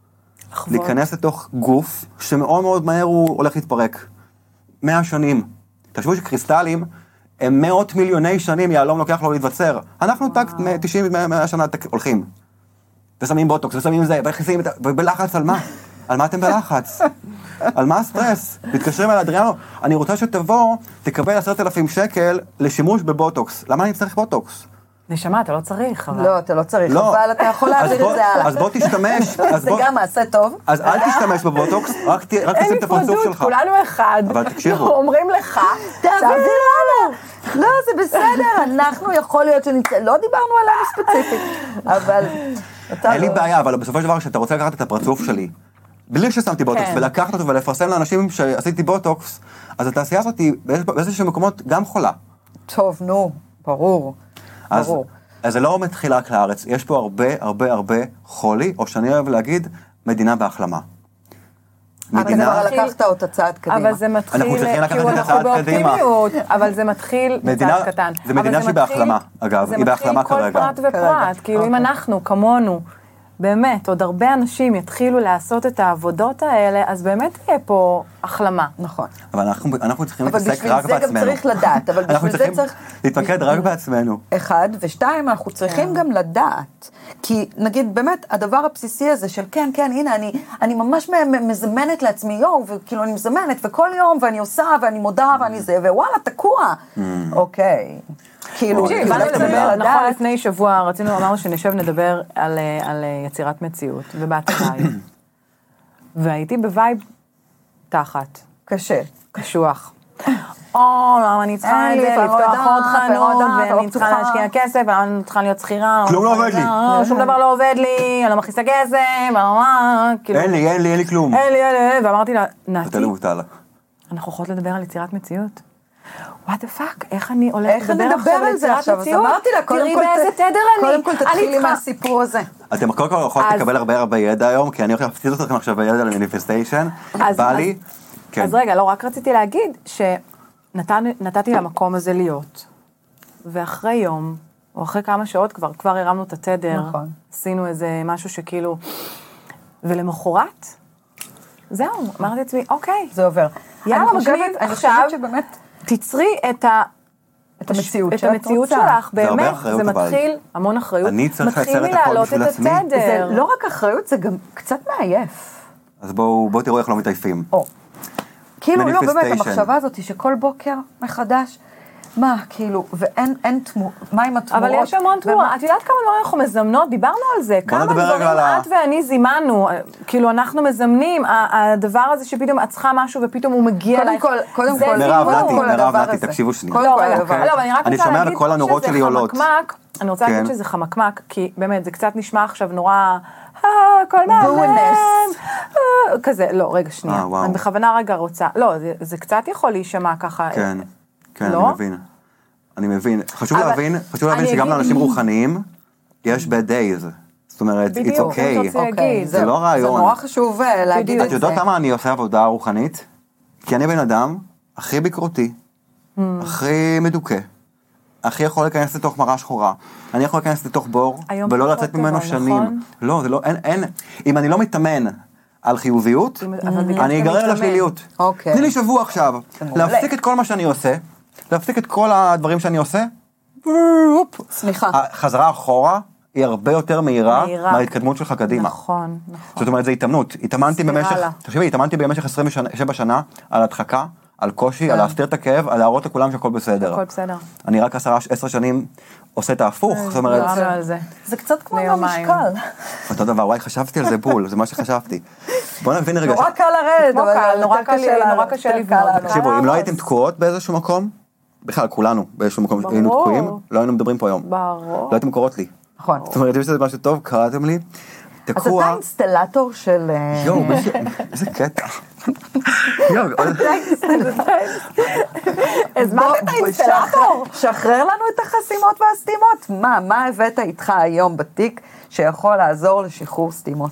להיכנס לתוך גוף שמאוד מאוד מהר הוא הולך להתפרק. 100 שנים. תחשבו שקריסטלים הם מאות מיליוני שנים יעלום לוקח לו להתווצר. אנחנו טק 90-100 שנה הולכים. ושמים בוטוקס ושמים זה, ובלחץ על מה? על מה אתם בלחץ? על מה הסטרס? מתקשרים על אדריאנו, אני רוצה שתבוא, תקבל 10,000 שקל לשימוש בבוטוקס. למה אני צריך בוטוקס?
נשמה, אתה לא צריך.
לא, אתה לא צריך, אבל אתה יכול להעביר את זה הלאה.
אז בוא תשתמש.
זה גם מעשה טוב.
אז אל תשתמש בבוטוקס, רק תשים את הפרצוף שלך.
כולנו אחד.
אבל תקשיבו.
אומרים לך,
תעביר הלאה. לא, זה בסדר, אנחנו יכול להיות שנצא, לא דיברנו עלינו ספציפית, אבל...
אין לי בעיה, אבל בסופו של דבר, כשאתה רוצה לקחת את הפרצוף שלי, בלי ששמתי בוטוקס, ולקחת אותו ולפרסם לאנשים שעשיתי בוטוקס, אז התעשייה הזאת היא באיזשהו מקומות גם חולה.
טוב, נו, ברור.
אז זה לא מתחיל רק לארץ, יש פה הרבה חולי, או שאני אוהב להגיד, מדינה בהחלמה.
אבל לקחת אותה צעד קדימה.
אבל זה מתחיל,
אנחנו צריכים לקחת את הצעד קדימה.
אבל זה מתחיל בצעד קטן.
זה מדינה שהיא בהחלמה, אגב, היא בהחלמה כרגע.
זה מתחיל כל פרט ופרט, כאילו אם אנחנו, כמונו, באמת, עוד הרבה אנשים יתחילו לעשות את העבודות האלה, אז באמת תהיה פה החלמה.
נכון.
אבל אנחנו צריכים להתעסק רק בעצמנו.
אבל בשביל זה גם צריך לדעת, אבל בשביל זה צריך...
להתמקד רק בעצמנו.
אחד, ושתיים, אנחנו צריכים גם לדעת. כי נגיד, באמת, הדבר הבסיסי הזה של כן, הנה, אני ממש מזמנת לעצמי, וכאילו אני מזמנת, וכל יום, ואני עושה, ואני מודה, ואני זה, ווואלה, תקוע. אוקיי. כאילו,
נכון, לפני שבוע רצינו, אמרנו שנשב נדבר על יצירת מציאות, ובאת אליי. והייתי בווייב תחת.
קשה.
קשוח. למה אני צריכה את זה, לפתוח עוד חנות, ואני צריכה להשקיע כסף, ואני צריכה להיות שכירה.
כלום לא עובד לי.
שום דבר לא עובד לי, אני לא מכניסה כסף,
אין לי כלום.
ואמרתי לה, נתי,
אנחנו
יכולות לדבר על יצירת מציאות. what the fuck, איך אני הולכת לדבר
עכשיו על יצירת מציאות? אז אמרתי לה,
תראי באיזה תדר אני.
קודם כל תתחילי מהסיפור הזה.
אתם קודם כל יכולות לקבל הרבה ידע היום, כי אני הולך להפציץ אתכם עכשיו בידע למניפסטיישן. בא לי.
אז רגע, לא, רק רציתי להגיד שנתתי למקום הזה להיות. ואחרי יום, או אחרי כמה שעות כבר הרמנו את התדר.
נכון.
עשינו איזה משהו שכאילו... ולמחרת, זהו, אמרתי לעצמי, אוקיי.
זה עובר.
יאללה, מגניב, עכשיו... תצרי את המציאות שלך, באמת, זה מתחיל, המון אחריות, מתחיל מלהעלות את התדר.
זה לא רק אחריות, זה גם קצת מעייף.
אז בואו תראו איך לא מתעייפים.
כאילו, לא, באמת, המחשבה הזאת היא שכל בוקר מחדש, מה, כאילו, ואין תמורות, מה עם התמורות?
אבל יש המון תמורות, את יודעת כמה דברים אנחנו מזמנות, דיברנו על זה, כמה דברים את ואני זימנו, כאילו אנחנו מזמנים, הדבר הזה שפתאום את צריכה משהו ופתאום הוא מגיע אליי.
קודם כל,
מירב, נתי, תקשיבו שנייה. אני שומע לכל הנורות שלי עולות.
אני רוצה להגיד שזה חמקמק, כי באמת זה קצת נשמע עכשיו נורא, כל מהמם, כזה, לא, רגע שנייה, אני בכוונה רגע רוצה, לא, זה קצת יכול להישמע ככה,
כן, אני מבין. חשוב להבין שגם לאנשים רוחניים יש bad days. זאת אומרת, it's okay. זה לא רעיון.
זה נורא חשוב להגיד את זה.
את יודעת למה אני עושה עבודה רוחנית? כי אני בן אדם הכי ביקורתי, הכי מדוכא, הכי יכול להיכנס לתוך מראה שחורה. אני יכול להיכנס לתוך בור, ולא לצאת ממנו שנים. לא, זה לא, אין. אם אני לא מתאמן על חיוביות, אני אגרר לשליליות. תני לי שבוע עכשיו, להפסיק את כל מה שאני עושה, להפסיק את כל הדברים שאני עושה,
סליחה.
החזרה אחורה היא הרבה יותר מהירה מההתקדמות שלך קדימה.
נכון.
זאת אומרת, זה התאמנות. התאמנתי במשך 27 שנה על הדחקה, על קושי, על להסתיר את הכאב, על להראות לכולם שהכל בסדר.
הכל בסדר.
אני רק 10 שנים עושה את ההפוך, זאת אומרת...
זה קצת כמו המשקל.
אותו דבר, וואי, חשבתי על זה בול, זה מה שחשבתי. בוא נבין רגע...
נורא קל לרדת, אבל
נורא קשה לבנות.
תקשיבו, אם לא הייתם תקועות באיזשהו מקום, בכלל, כולנו באיזשהו מקום היינו תקועים, לא היינו מדברים פה היום.
ברור.
לא הייתם קוראות לי.
נכון.
זאת אומרת, אם שזה משהו טוב, קראתם לי, תקוע...
אז אתה אינסטלטור של...
יואו, איזה קטע.
אז מה אתה אינסטלטור? שחרר לנו את החסימות והסתימות. מה הבאת איתך היום בתיק שיכול לעזור לשחרור סתימות?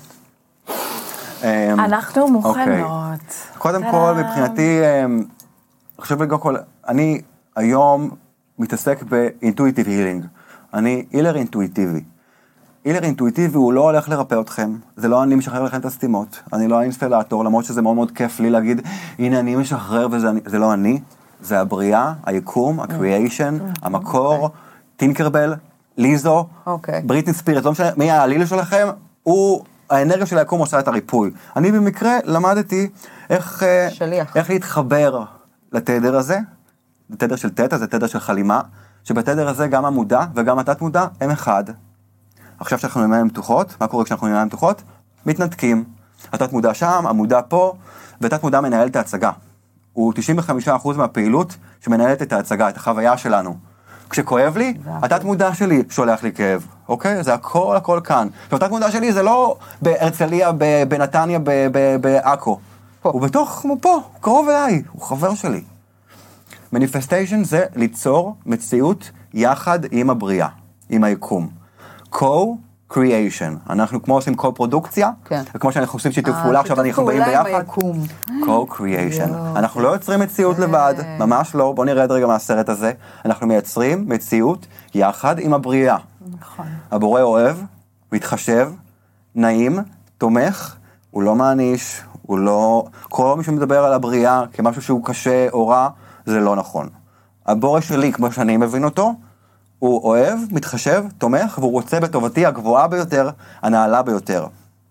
אנחנו מוכנות.
קודם כל, מבחינתי, חשוב לי כל... אני היום מתעסק באינטואיטיב הילינג. אני הילר אינטואיטיבי. הילר אינטואיטיבי הוא לא הולך לרפא אתכם, זה לא אני משחרר לכם את הסתימות, אני לא האינסטלטור, למרות שזה מאוד מאוד כיף לי להגיד, הנה אני משחרר וזה לא אני, זה הבריאה, היקום, הקריאיישן, המקור, טינקרבל, ליזו, בריטני ספירט, לא משנה, מי העליל שלכם, האנרגיה של היקום עושה את הריפוי. אני במקרה למדתי איך להתחבר לתדר הזה, זה תדר של תטא, זה תדר של חלימה, שבתדר הזה גם המודע וגם התת מודע הם אחד. עכשיו שאנחנו עם עיניים פתוחות, מה קורה כשאנחנו עם עיניים פתוחות? מתנתקים. התת מודע שם, המודע פה, ותת מודע מנהל את ההצגה. הוא 95% מהפעילות שמנהלת את ההצגה, את החוויה שלנו. כשכואב לי, התת מודע שלי שולח לי כאב, אוקיי? זה הכל כאן. והתת מודע שלי זה לא בהרצליה, בנתניה, בעכו. הוא בתוך, הוא פה, הוא קרוב אליי, הוא חבר שלי. מניפסטיישן זה ליצור מציאות יחד עם הבריאה, עם היקום. co-creation. אנחנו כמו עושים co-פרודוקציה, וכמו שאנחנו עושים שיתוף פעולה, עכשיו אנחנו באים ביחד. co-creation. אנחנו לא יוצרים מציאות לבד, ממש לא, בוא נרד רגע מהסרט הזה. אנחנו מייצרים מציאות יחד עם הבריאה. הבורא אוהב, מתחשב, נעים, תומך, הוא לא מעניש, הוא לא... כל מי שמדבר על הבריאה כמשהו שהוא קשה או רע, זה לא נכון. הבורש שלי, כמו שאני מבין אותו, הוא אוהב, מתחשב, תומך, והוא רוצה בטובתי הגבוהה ביותר, הנעלה ביותר.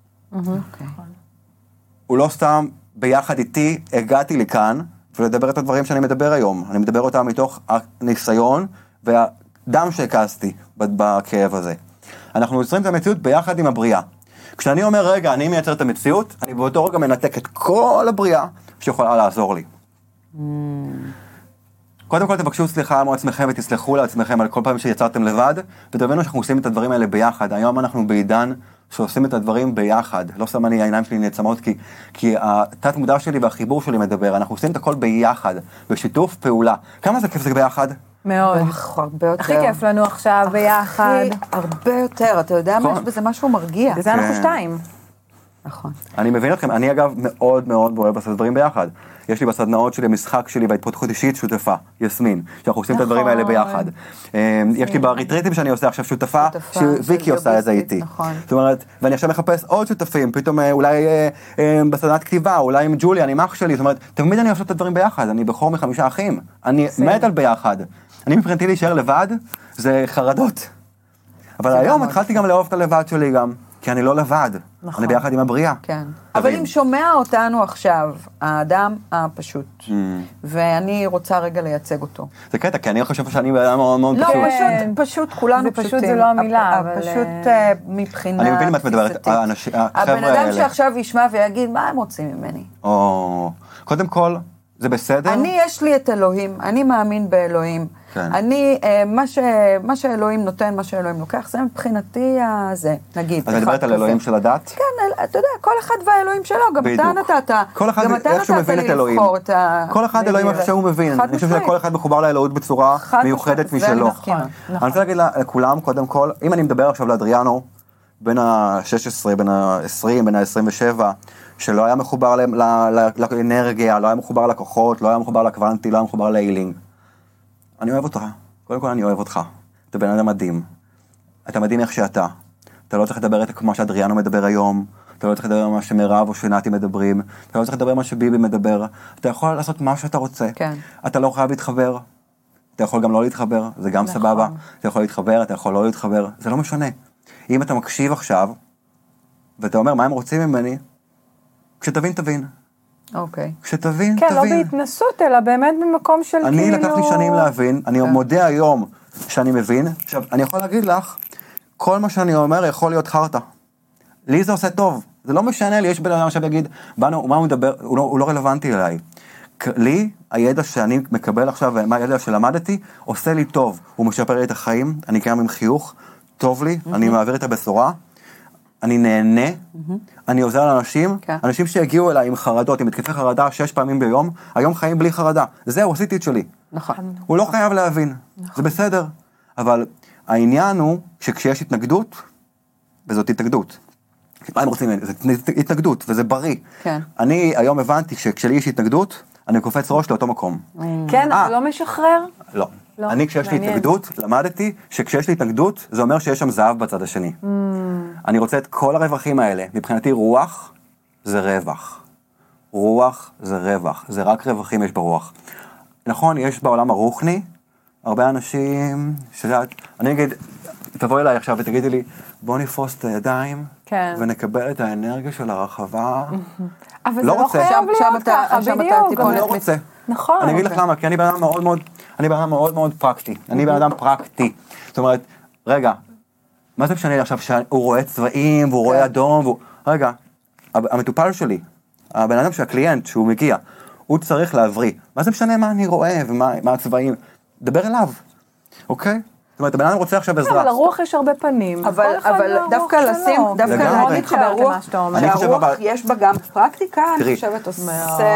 הוא לא סתם ביחד איתי, הגעתי לכאן, ולדבר את הדברים שאני מדבר היום. אני מדבר אותם מתוך הניסיון והדם שהקסתי בכאב הזה. אנחנו יוצרים את המציאות ביחד עם הבריאה. כשאני אומר, רגע, אני מייצר את המציאות, אני באותו רגע מנתק את כל הבריאה שיכולה לעזור לי. קודם כל תבקשו סליחה מעצמכם ותסלחו לעצמכם על כל פעם שיצרתם לבד, ותבינו שאנחנו עושים את הדברים האלה ביחד. היום אנחנו בעידן שעושים את הדברים ביחד. לא סתם העיניים שלי נעצמות, כי התת מודע שלי והחיבור שלי מדבר. אנחנו עושים את הכל ביחד, בשיתוף פעולה. כמה זה כיף זה ביחד?
מאוד.
הרבה יותר.
הכי כיף לנו עכשיו ביחד.
הרבה יותר. אתה יודע מה, יש בזה משהו מרגיע.
וזה אנחנו שתיים.
נכון.
אני מבין אתכם. אני אגב מאוד מאוד אוהב לעשות דברים ביחד. יש לי בסדנאות שלי, המשחק שלי וההתפתחות אישית שותפה, יסמין, שאנחנו עושים את הדברים האלה ביחד. יש לי בריטריטים שאני עושה עכשיו שותפה, שוויקי עושה את זה איתי. זאת אומרת, ואני עכשיו מחפש עוד שותפים, פתאום אולי בסדנת כתיבה, אולי עם ג'וליה, אני עם אח שלי, זאת אומרת, תמיד אני עושה את הדברים ביחד, אני בחור מ5 אחים, אני מת על ביחד. אני מבחינתי להישאר לבד, זה חרדות. אבל היום התחלתי גם לאהוב את הלבד שלי גם. כי אני לא לבד, אני ביחד עם הבריאה.
כן. אבל אם שומע אותנו עכשיו, האדם הפשוט, ואני רוצה רגע לייצג אותו.
זה קטע, כי אני חושב שאני באדם מאוד מאוד פשוט.
לא, פשוט, כולנו פשוטים.
פשוט זה לא המילה, אבל...
פשוט מבחינה...
אני מבין אם את מדברת, החבר'ה האלה.
הבן אדם שעכשיו ישמע ויגיד, מה הם רוצים ממני?
קודם כל, זה בסדר?
אני, יש לי את אלוהים, אני מאמין באלוהים. אני, מה שאלוהים נותן, מה שאלוהים לוקח, זה מבחינתי זה, נגיד.
את מדברת על אלוהים של הדת?
כן, אתה יודע, כל אחד והאלוהים שלו, גם אתה נתת, גם אתה נתת לי לבחור את ה...
כל אחד אלוהים איך שהוא מבין, אני חושב שכל אחד מחובר לאלוהות בצורה מיוחדת משלו. אני רוצה להגיד לכולם, קודם כל, אם אני מדבר עכשיו לאדריאנו, בין ה-16, בין ה-20, בין ה-27, שלא היה מחובר לאנרגיה, לא היה מחובר לכוחות, לא היה מחובר לקוונטי, לא היה מחובר להילינג. אני אוהב אותך. קודם כל אני אוהב אותך. אתה בן אדם מדהים. אתה מדהים איך שאתה. אתה לא צריך לדבר את כמו שאדריאנו מדבר היום. אתה לא צריך לדבר מה שמרב או שנתי מדברים. אתה לא צריך לדבר מה שביבי מדבר. אתה יכול לעשות מה שאתה רוצה.
כן.
אתה לא חייב להתחבר. אתה יכול גם לא להתחבר. זה גם סבבה. אתה יכול להתחבר, אתה יכול לא להתחבר. זה לא משנה. אם אתה מקשיב עכשיו, ואתה אומר מה הם רוצים ממני, כשתבין, תבין.
אוקיי.
כשתבין,
כן,
תבין.
לא בהתנסות, אלא באמת במקום של כאילו...
אני לקח לי שנים להבין, אני מודה היום שאני מבין. עכשיו, אני יכול להגיד לך, כל מה שאני אומר יכול להיות חרטה. לי זה עושה טוב. זה לא משנה לי, יש בן אדם עכשיו יגיד, באנו, מה הוא מדבר, הוא לא רלוונטי אליי. לי, הידע שאני מקבל עכשיו, מה הידע שלמדתי, עושה לי טוב. הוא משפר לי את החיים, אני קיים עם חיוך, טוב לי, אני מעביר את הבשורה. אני נהנה, אני עוזר לאנשים, אנשים שהגיעו אליי עם חרדות, עם התקפי חרדה 6 פעמים ביום, היום חיים בלי חרדה. זהו, עשיתי את שלי.
נכון.
הוא לא חייב להבין, זה בסדר. אבל העניין הוא שכשיש התנגדות, וזאת התנגדות. מה הם רוצים? זה התנגדות, וזה בריא.
כן.
אני היום הבנתי שכשלי יש התנגדות, אני קופץ ראש לאותו מקום.
כן, אתה לא משחרר?
לא. אני כשיש לי התנגדות, למדתי שכשיש לי התנגדות, זה אומר שיש שם זהב בצד השני. אני רוצה את כל הרווחים האלה. מבחינתי רוח זה רווח. רוח זה רווח. זה רק רווחים יש ברוח. נכון, יש בעולם הרוחני, הרבה אנשים, אני אגיד, תבואי אליי עכשיו ותגידי לי, בוא נפרוס את הידיים, ונקבל את האנרגיה של הרחבה.
אבל זה לא חייב להיות ככה, בדיוק.
אני לא רוצה.
נכון.
אני אגיד לך למה, כי אני בן אדם מאוד מאוד פרקטי. אני בן אדם פרקטי. זאת אומרת, רגע, מה זה משנה לי עכשיו שהוא רואה צבעים, והוא רואה אדום, רגע, המטופל שלי, הבן אדם של הקליינט, שהוא מגיע, הוא צריך להבריא. מה זה משנה מה אני רואה ומה הצבעים? דבר אליו, אוקיי? זאת אומרת, הבן אדם רוצה עכשיו עזרה.
אבל לרוח יש הרבה פנים.
אבל דווקא לשים, דווקא להגיד שהרוח יש בה גם פרקטיקה, אני חושבת עושה...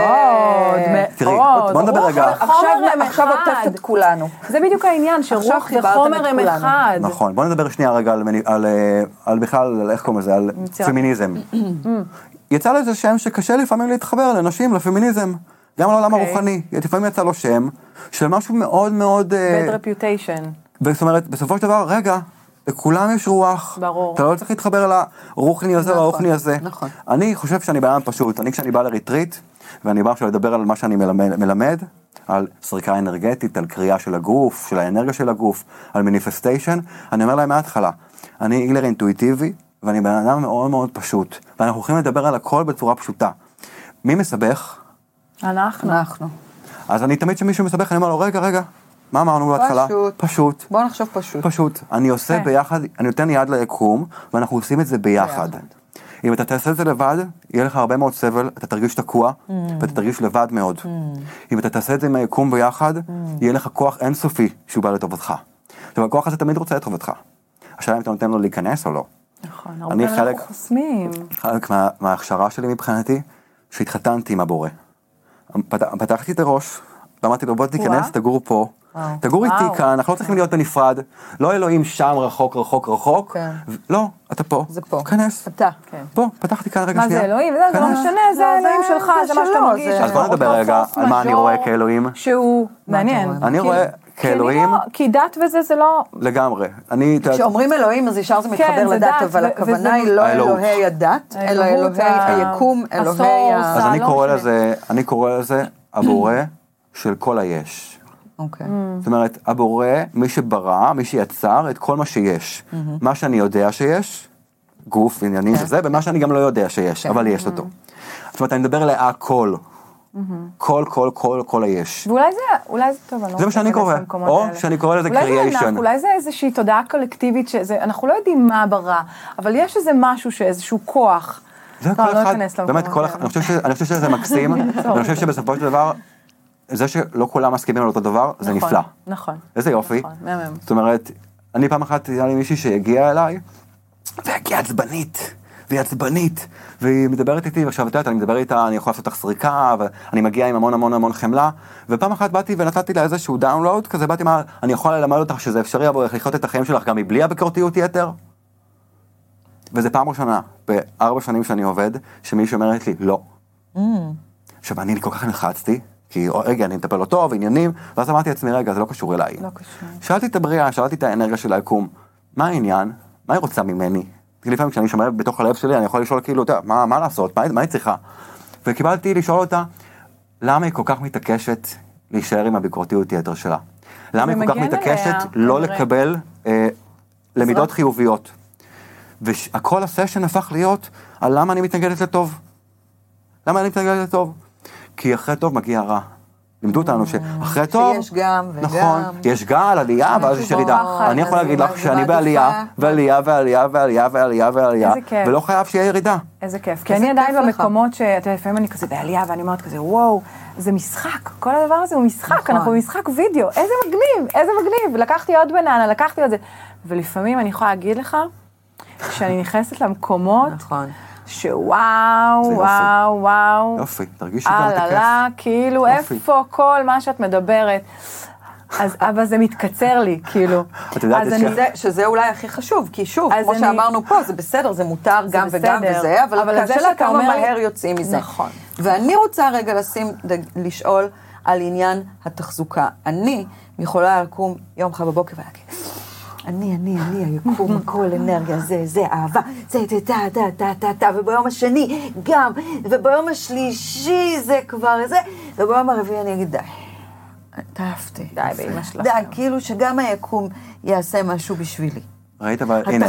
מאוד. בוא נדבר רגע.
עכשיו עוטפת את כולנו.
זה בדיוק העניין, שרוח וחומר הם אחד.
נכון, בוא נדבר שנייה רגע על בכלל, איך קוראים לזה, על פמיניזם. יצא לו איזה שם שקשה לפעמים להתחבר לנשים, לפמיניזם. גם לעולם הרוחני. לפעמים יצא לו שם של משהו מאוד מאוד...
bad reputation.
זאת אומרת, בסופו של דבר, רגע, לכולם יש רוח.
ברור.
אתה לא צריך להתחבר לרוחני הזה או הרוחני הזה.
נכון.
אני חושב שאני בעולם פשוט. כשאני בא לריטריט, ואני בא עכשיו לדבר על מה שאני מלמד, על סריקה אנרגטית, על קריאה של הגוף, של האנרגיה של הגוף, על מניפסטיישן, אני אומר להם מההתחלה, אני הילר אינטואיטיבי, ואני בן אדם מאוד מאוד פשוט, ואנחנו הולכים לדבר על הכל בצורה פשוטה. מי מסבך?
אנחנו.
אז אני תמיד שמישהו מסבך, אני אומר לו, רגע, מה אמרנו בהתחלה?
פשוט. בוא נחשוב פשוט.
אני עושה ביחד, אני נותן יד ליקום, ואנחנו עושים את זה ביחד. אם אתה תעשה את זה לבד, יהיה לך הרבה מאוד סבל, אתה תרגיש תקוע, ואתה תרגיש לבד מאוד. אם אתה תעשה את זה עם היקום ביחד, יהיה לך כוח אינסופי שהוא בא לטובתך. עכשיו, הכוח הזה תמיד רוצה לטובתך. השאלה אם אתה נותן לו להיכנס או לא.
נכון, הרבה אנחנו חוסמים.
חלק מההכשרה שלי מבחינתי, שהתחתנתי עם הבורא. פתחתי את הראש, ואמרתי לו, בוא תיכנס, תגור פה. תגור איתי כאן, אנחנו לא צריכים להיות בנפרד, לא אלוהים שם רחוק, לא, אתה פה, כנס, פה, פתחתי כאן רגע שנייה.
מה זה אלוהים? זה לא משנה, זה אלוהים שלך, זה מה שאתה מרגיש.
אז בוא נדבר רגע על מה אני רואה כאלוהים.
שהוא מעניין.
אני רואה כאלוהים.
כי דת וזה זה לא...
לגמרי.
כשאומרים אלוהים אז ישר זה מתחבר לדת, אבל הכוונה היא לא אלוהי הדת, אלא אלוהי היקום, אלוהי
אז אני קורא לזה הבורא של כל היש. זאת אומרת, הבורא, מי שברא, מי שיצר את כל מה שיש. מה שאני יודע שיש, גוף, עניינים וזה, ומה שאני גם לא יודע שיש, אבל יש אותו. זאת אומרת, אני מדבר עליה כל היש.
ואולי זה טוב,
זה מה שאני קורא, או שאני קורא לזה קריאיישן.
אולי זה איזושהי תודעה קולקטיבית, אנחנו לא יודעים מה ברא, אבל יש איזה משהו, איזשהו כוח.
זה כל אחד, באמת, אני חושב שזה מקסים, ואני חושב שבסופו של דבר, זה שלא כולם מסכימים על אותו דבר, זה נפלא.
נכון.
איזה יופי. זאת אומרת, אני פעם אחת, היה לי מישהי שהגיעה אליי, והיא עצבנית, והיא מדברת איתי, ועכשיו אני מדבר איתה, אני יכול לעשות לך סריקה, ואני מגיע עם המון חמלה, ופעם אחת באתי ונתתי לה איזשהו דאונלואוד, כזה באתי מה, אני יכול ללמד אותך שזה אפשרי עבורך לחיות את החיים שלך גם מבלי הביקורתיות יתר. וזה פעם ראשונה, ב4 שנים שאני עובד, שמישהו אומרת לי, לא. עכשיו, אני כל כך נחצתי, כי רגע, אני מטפל אותו, ועניינים, ואז אמרתי לעצמי, רגע, זה לא קשור אליי.
לא קשור.
שאלתי את הבריאה, שאלתי את האנרגיה של היקום, מה העניין? מה היא רוצה ממני? כי לפעמים כשאני שומע בתוך הלב שלי, אני יכול לשאול כאילו, מה לעשות? מה היא צריכה? וקיבלתי לשאול אותה, למה היא כל כך מתעקשת להישאר עם הביקורתיות יתר שלה? למה היא כל כך מתעקשת לא לקבל למידות חיוביות? וכל הסשן הפך להיות על למה אני מתנגדת לטוב. למה אני מתנגדת לטוב? כי אחרי טוב מגיע רע. לימדו אותנו שאחרי טוב,
שיש גם וגם.
נכון, יש גל, עלייה, ואז יש ירידה. אני יכול להגיד לך שאני בעלייה, ועלייה, ולא חייב שיהיה ירידה.
איזה כיף. כי אני עדיין במקומות לפעמים אני כזה בעלייה, ואני אומרת כזה, וואו, זה משחק. כל הדבר הזה הוא משחק, אנחנו במשחק וידאו. איזה מגניב. לקחתי עוד בננה, לקחתי עוד זה. ולפעמים אני יכולה להגיד לך, שאני נכנסת למקומות, שוואו.
יופי, תרגישי גם את הכיף.
אללה, כאילו איפה כל מה שאת מדברת. אבל זה מתקצר לי, כאילו.
את יודעת
שזה אולי הכי חשוב, כי שוב, כמו שאמרנו פה, זה בסדר, זה מותר גם וגם וזה, אבל קשה כמה מהר יוצאים מזה.
נכון.
ואני רוצה רגע לשאול על עניין התחזוקה. אני יכולה לקום יום אחד בבוקר ולהגיד, אני, היקום, הכל אנרגיה, זה אהבה, זה וביום השני גם, וביום השלישי זה כבר זה, וביום הרביעי אני אגיד, די, תעפתי.
די, באמא שלך.
די, כאילו שגם היקום יעשה משהו בשבילי.
ראית אבל, הנה,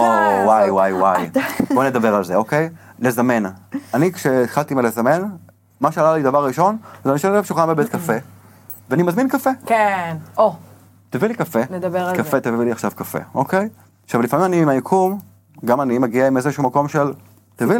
וואי. בוא נדבר על זה, אוקיי? לזמן. אני כשהתחלתי מלזמן, מה שעלה לי דבר ראשון, זה אני שואל שולחן בבית קפה, ואני מזמין קפה.
כן,
תביא לי קפה.
נדבר על זה.
קפה, תביא לי עכשיו קפה, אוקיי? עכשיו, לפעמים אני עם היקום, גם אני מגיע עם איזשהו מקום של, תביא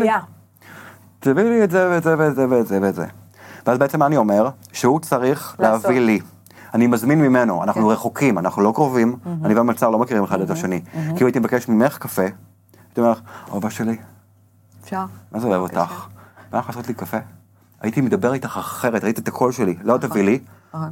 לי את זה ואת זה ואת זה ואת זה ואת זה. ואז בעצם מה אני אומר? שהוא צריך להביא לי. אני מזמין ממנו, אנחנו רחוקים, אנחנו לא קרובים, אני והמלצר לא מכירים אחד את השני. כי אם הייתי מבקש ממך קפה, הייתי אומר, אהובה שלי,
אפשר?
מה זה אוהב אותך? מה לך לעשות לי קפה? הייתי מדבר איתך אחרת, ראית את הקול שלי, לא תביא לי,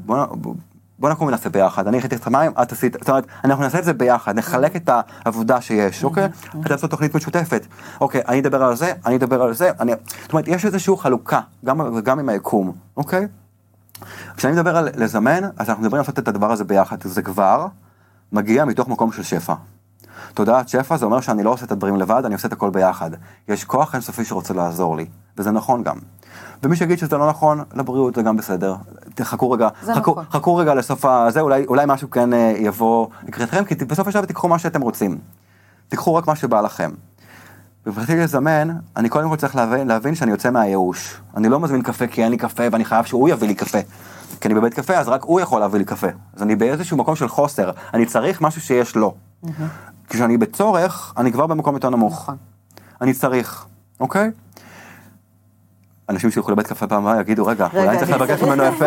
בוא נקום ונעשה ביחד, אני הכנתי את המים, את עשית, זאת אומרת, אנחנו נעשה את זה ביחד, נחלק את העבודה שיש, אוקיי? אתה לעשות תוכנית משותפת, אוקיי, אני אדבר על זה, זאת אומרת, יש איזושהי חלוקה, גם עם היקום, אוקיי? כשאני מדבר על לזמן, אז אנחנו מדברים לעשות את הדבר הזה ביחד, זה כבר מגיע מתוך מקום של שפע. תודעת שפע זה אומר שאני לא עושה את הדברים לבד, אני עושה את הכל ביחד. יש כוח אינסופי שרוצה לעזור לי, וזה נכון גם. ומי שיגיד שזה לא נכון, לבריאות זה גם בסדר. תחכו רגע, חכו רגע לסוף הזה, אולי משהו כן יבוא לקראתכם, כי בסוף השבוע תיקחו מה שאתם רוצים. תיקחו רק מה שבא לכם. ובפרטי לזמן, אני קודם כל צריך להבין שאני יוצא מהייאוש. אני לא מזמין קפה כי אין לי קפה, ואני חייב שהוא יביא לי קפה. כי אני בבית קפה, אז רק הוא יכול להביא לי קפה. אז אני באיזשהו מקום של חוסר. אני צריך משהו שיש לו. כשאני בצורך, אני כבר במקום יותר נמוך. אני צריך, אוקיי? אנשים שילכו לבית קפה פעם הבאה יגידו, רגע, אולי אני צריך לבקש ממנו יפה.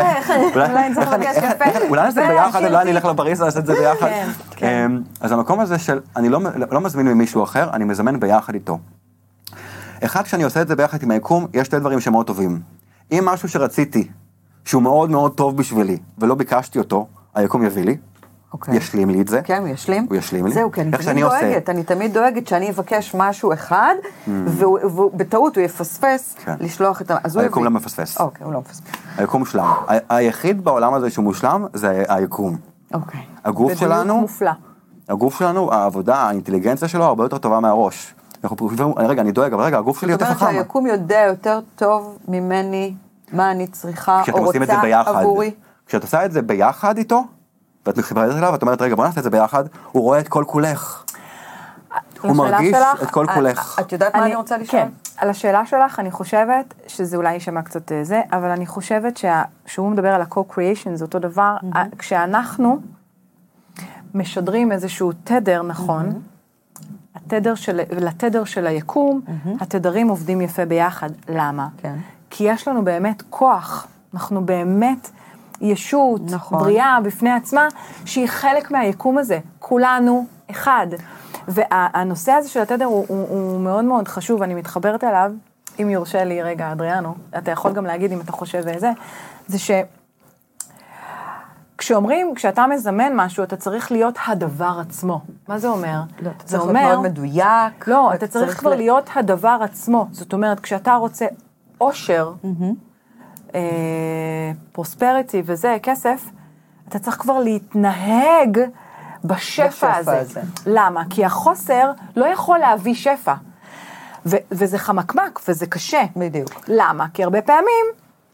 אולי נעשה את זה ביחד, אולי אני אלך לבריסה, נעשה את זה ביחד. אז המקום הזה של, אני לא מזמין ממישהו אחר, אני מזמן ביחד איתו. אחד, כשאני עושה את זה ביחד עם היקום, יש שתי דברים שמאוד טובים. אם משהו שרציתי, שהוא מאוד מאוד טוב בשבילי, ולא ביקשתי אותו, היקום יביא לי. ישלים לי את זה.
כן, הוא ישלים.
הוא ישלים לי.
זהו, כי אני תמיד דואגת שאני אבקש משהו אחד, ובטעות הוא יפספס לשלוח את
היקום לא מפספס.
אוקיי, הוא לא מפספס.
היקום מושלם. היחיד בעולם הזה שהוא מושלם, זה היקום.
אוקיי.
הגוף שלנו,
מופלא.
הגוף שלנו, העבודה, האינטליגנציה שלו, הרבה יותר טובה מהראש. רגע, אני דואג, אבל רגע, הגוף שלי יותר חכם.
זאת אומרת שהיקום יודע יותר טוב ממני, מה אני צריכה או רוצה עבורי.
כשאת עושה את זה ביחד איתו, ואת מתחברת אליו, ואת אומרת, רגע, בוא נעשה את זה ביחד, הוא רואה את כל כולך. הוא מרגיש את כל כולך.
את יודעת מה אני רוצה לשאול?
כן, על השאלה שלך, אני חושבת, שזה אולי יישמע קצת זה, אבל אני חושבת שהוא מדבר על ה-co-creation, זה אותו דבר, כשאנחנו משדרים איזשהו תדר נכון, לתדר של היקום, התדרים עובדים יפה ביחד. למה? כי יש לנו באמת כוח, אנחנו באמת ישות, בריאה בפני עצמה, שהיא חלק מהיקום הזה. כולנו אחד. והנושא הזה של התדר הוא מאוד מאוד חשוב, אני מתחברת אליו, אם יורשה לי רגע, אדריאנו, אתה יכול גם להגיד אם אתה חושב איזה, זה כשאומרים, כשאתה מזמן משהו, אתה צריך להיות הדבר עצמו. מה זה אומר?
לא, אתה צריך להיות מאוד מדויק.
לא, אתה צריך כבר להיות הדבר עצמו. זאת אומרת, כשאתה רוצה אושר, פרוספריטי וזה, כסף, אתה צריך כבר להתנהג בשפע הזה. למה? כי החוסר לא יכול להביא שפע. וזה חמקמק, וזה קשה.
בדיוק.
למה? כי הרבה פעמים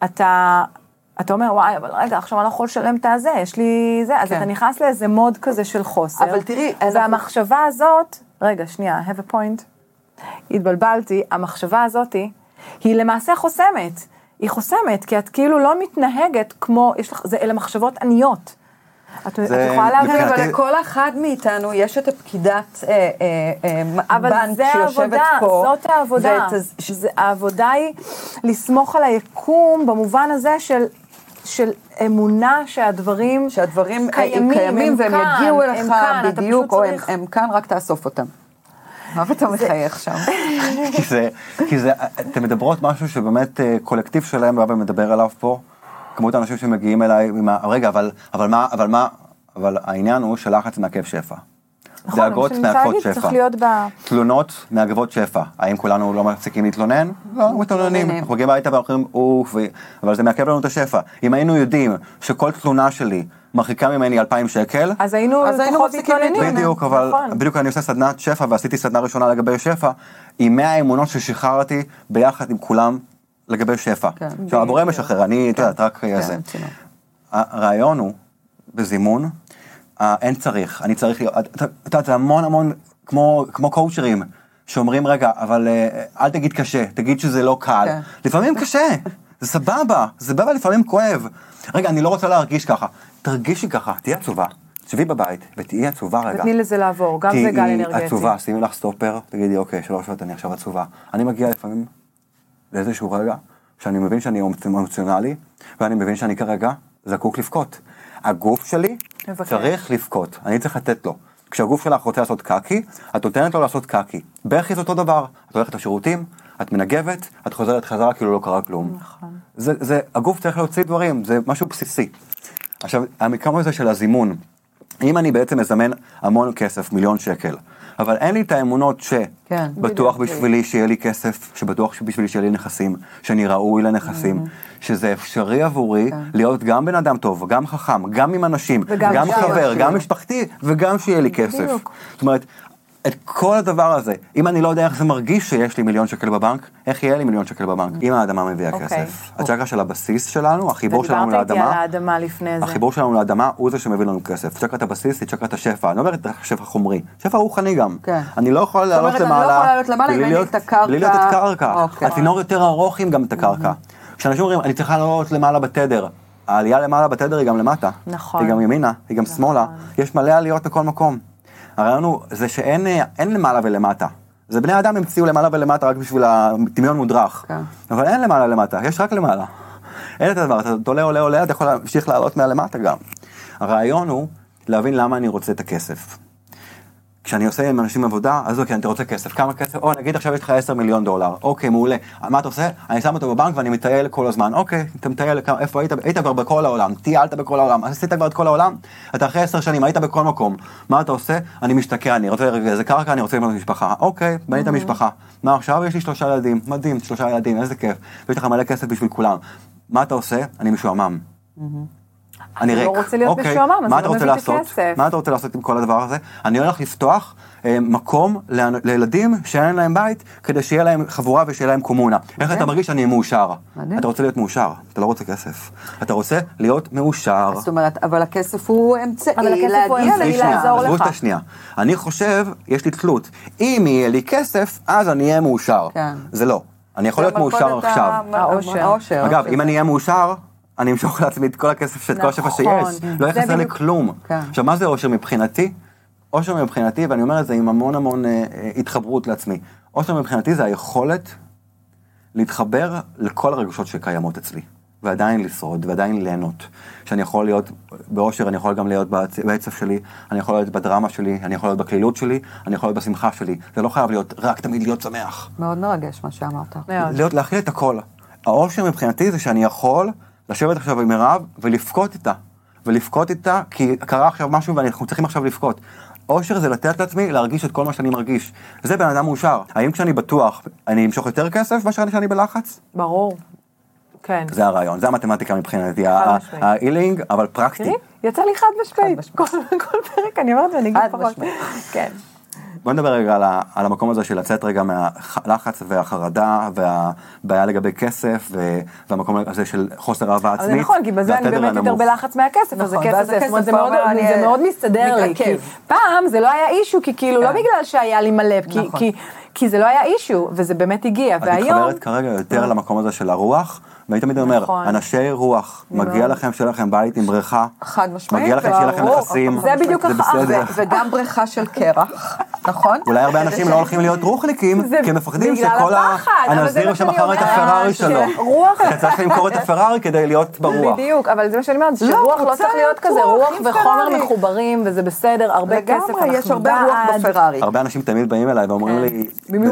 אתה אומר, וואי, אבל רגע, עכשיו אני לא יכול לשלם את הזה, יש לי זה, אז אתה נכנס לאיזה מוד כזה של חוסר.
אבל תראי,
והמחשבה הזאת, רגע, שנייה, I have a point, התבלבלתי, המחשבה הזאת היא למעשה חוסמת. היא חוסמת, כי את כאילו לא מתנהגת כמו, אלה מחשבות עניות. את יכולה להבין,
אבל לכל אחד מאיתנו יש את הפקידת בנק שיושבת פה.
זאת העבודה. העבודה היא לסמוך על היקום במובן הזה של אמונה שהדברים
קיימים והם יגיעו אליך בדיוק, או הם כאן, רק תאסוף אותם. מה אתה מחייך שם?
כי זה, אתם מדברות משהו שבאמת קולקטיב שלהם רב מדבר עליו פה, כמות האנשים שמגיעים אליי, רגע, אבל העניין הוא שלחץ מעכב שפע. דאגות מעכבות שפע. תלונות מעכבות שפע. האם כולנו לא מפסיקים להתלונן? לא, מתלוננים. אנחנו מגיעים הביתה ואומרים, אבל זה מעכב לנו את השפע. אם היינו יודעים שכל תלונה שלי מרחיקה ממני 2,000 שקל,
אז היינו פחות מתלוננים.
בדיוק, אבל בדיוק אני עושה סדנת שפע, ועשיתי סדנה ראשונה לגבי שפע, עם 100 אמונות ששחררתי ביחד עם כולם לגבי שפע. עכשיו, הבורא משחרר, אני יודעת, רק זה. הרעיון הוא, בזימון, אין צריך, אני צריך להיות, אתה יודע, זה המון כמו קואוצ'רים, שאומרים, רגע, אבל אל תגיד קשה, תגיד שזה לא קל. לפעמים קשה, זה סבבה, לפעמים כואב. רגע, אני לא רוצה להרגיש ככה. תרגישי ככה, תהיי עצובה, תשבי בבית, ותהיי עצובה רגע.
ותני לזה לעבור, גם זה גל אנרגטי.
תהיי עצובה, שימי לך סטופר, תגידי, אוקיי, 3 שעות, אני עכשיו עצובה. אני מגיע לפעמים לאיזשהו רגע, שאני מבין שאני אמוציונלי, ואני מבין שאני כרגע זקוק לבכות. הגוף שלי צריך לבכות, אני צריך לתת לו. כשהגוף שלך רוצה לעשות קקי, את נותנת לו לעשות קקי. בכי זה אותו דבר, את הולכת לשירותים, את מנגבת, את חוזרת חזרה כאילו לא קרה כלום. נכון. הגוף צריך להוציא דברים, זה משהו בסיסי. עכשיו, המקום הזה של הזימון, אם אני בעצם מזמן המון כסף, 1,000,000 שקל, אבל אין לי את האמונות שבטוח בשבילי שיהיה לי כסף, שבטוח בשבילי שיהיה לי נכסים, שאני ראוי לנכסים, שזה אפשרי עבורי להיות גם בן אדם טוב, גם חכם, גם עם אנשים, גם חבר, גם משפחתי, וגם שיהיה לי כסף. זאת אומרת, את כל הדבר הזה. אם אני לא יודע איך זה מרגיש שיש לי $1,000,000 בבנק, איך יהיה לי $1,000,000 בבנק? אם האדמה מביאה כסף. הצ'קרה של הבסיס שלנו, החיבור שלנו לאדמה.
ודיברת איתי על האדמה לפני זה.
החיבור שלנו לאדמה הוא זה שמביא לנו כסף. צ'קרת הבסיס היא צ'קרת השפע. אני לא אומרת שפע חומרי. שפע רוחני גם. אני לא יכול לעלות למעלה בלי להיות את קרקע. הצינור יותר ארוך עם גם את הקרקע. כשאנשים אומרים, אני צריכה לעלות למעלה בתדר. העלייה למעלה בתדר היא גם למטה.
נכון.
היא גם ימינה, היא גם שמאלה. יש מלא עליות בכל מקום. הרעיון הוא זה שאין למעלה ולמטה. זה בני אדם המציאו למעלה ולמטה רק בשביל הדמיון מודרך. אבל אין למעלה למטה, יש רק למעלה. אין את הדבר, אתה עולה, אתה יכול להמשיך לעלות מהלמטה גם. הרעיון הוא להבין למה אני רוצה את הכסף. כשאני עושה עם אנשים עבודה, אז אוקיי, אתה רוצה כסף. כמה כסף? נגיד עכשיו יש לך $10,000,000. אוקיי, מעולה. מה אתה עושה? אני שם אותו בבנק ואני מטייל כל הזמן. אוקיי, אתה מטייל, איפה היית? היית כבר בכל העולם. טיילת בכל העולם. עשית כבר את כל העולם? אתה אחרי 10 שנים, היית בכל מקום. מה אתה עושה? אני משתקע, אני רוצה איזה קרקע, אני רוצה לבנות משפחה. אוקיי, בנית משפחה. מה עכשיו? יש לי 3 ילדים. מדהים, 3 ילדים, איזה כיף. ויש לך מלא כסף בשביל כולם. מה אתה עושה? אני משועמם. אני ריק.
לא רוצה להיות משועמם, אז
מה
לא מביא את הכסף.
מה אתה רוצה לעשות עם כל הדבר הזה? אני הולך לפתוח מקום לילדים שאין להם בית, כדי שיהיה להם חבורה ושיהיה להם קומונה. איך אתה מרגיש שאני מאושר? אתה רוצה להיות מאושר, אתה לא רוצה כסף. אתה רוצה להיות מאושר.
זאת אומרת, אבל הכסף הוא אמצעי להגיע לעזור לך.
עזבו את השנייה. אני חושב, יש לי תלות. אם יהיה לי כסף, אז אני אהיה מאושר. זה לא. אני יכול להיות מאושר עכשיו. אגב, אם אני אהיה מאושר, אני אמשוך לעצמי את כל הכסף, את כל השפע שיש. לא יחסר לי כלום. עכשיו, מה זה אושר מבחינתי? אושר מבחינתי, ואני אומר את זה עם המון התחברות לעצמי. אושר מבחינתי זה היכולת להתחבר לכל הרגשות שקיימות אצלי. ועדיין לשרוד, ועדיין ליהנות. שאני יכול להיות באושר, אני יכול גם להיות בעצב שלי, אני יכול להיות בדרמה שלי, אני יכול להיות בכלילות שלי, אני יכול להיות בשמחה שלי. זה לא חייב להיות, רק תמיד להיות שמח.
מאוד מרגש מה שאמרת.
להכיל את הכל. האושר מבחינתי זה שאני יכול לשבת עכשיו עם מירב ולבכות איתה, כי קרה עכשיו משהו ואנחנו צריכים עכשיו לבכות. אושר זה לתת לעצמי להרגיש את כל מה שאני מרגיש. זה בן אדם מאושר. האם כשאני בטוח, אני אמשוך יותר כסף מאשר שאני בלחץ?
ברור. כן.
זה הרעיון, זה המתמטיקה מבחינתי, האילינג, אבל פרקטי.
תראי, יצא לי חד משמעית. כל פרק אני אומרת ואני אגיד פחות. כן.
בוא נדבר רגע על המקום הזה של לצאת רגע מהלחץ והחרדה והבעיה לגבי כסף והמקום הזה של חוסר אהבה עצמית.
זה נכון, כי בזה אני באמת יותר בלחץ מהכסף, אז הכסף זה מאוד מסתדר לי. כי פעם זה לא היה אישו, כי כאילו לא בגלל שהיה לי מלא, כי זה לא היה אישו, וזה באמת הגיע.
את מתחברת כרגע יותר למקום הזה של הרוח, ואני תמיד אומר, אנשי רוח, מגיע לכם שיהיה לכם בית עם בריכה,
חד משמעית,
מגיע לכם שיהיה לכם נכסים,
זה בדיוק
וגם בריכה של קרח, נכון?
אולי הרבה אנשים לא הולכים להיות רוחניקים, כי הם מפחדים שכל הנזיר שמכר את הפרארי שלו, אתה צריך למכור את הפרארי כדי להיות ברוח.
בדיוק, אבל זה מה שאני אומרת, שרוח לא צריך להיות כזה, רוח וחומר מחוברים, וזה בסדר, הרבה כסף,
יש הרבה רוח בפרארי.
הרבה אנשים תמיד באים אליי ואומרים לי,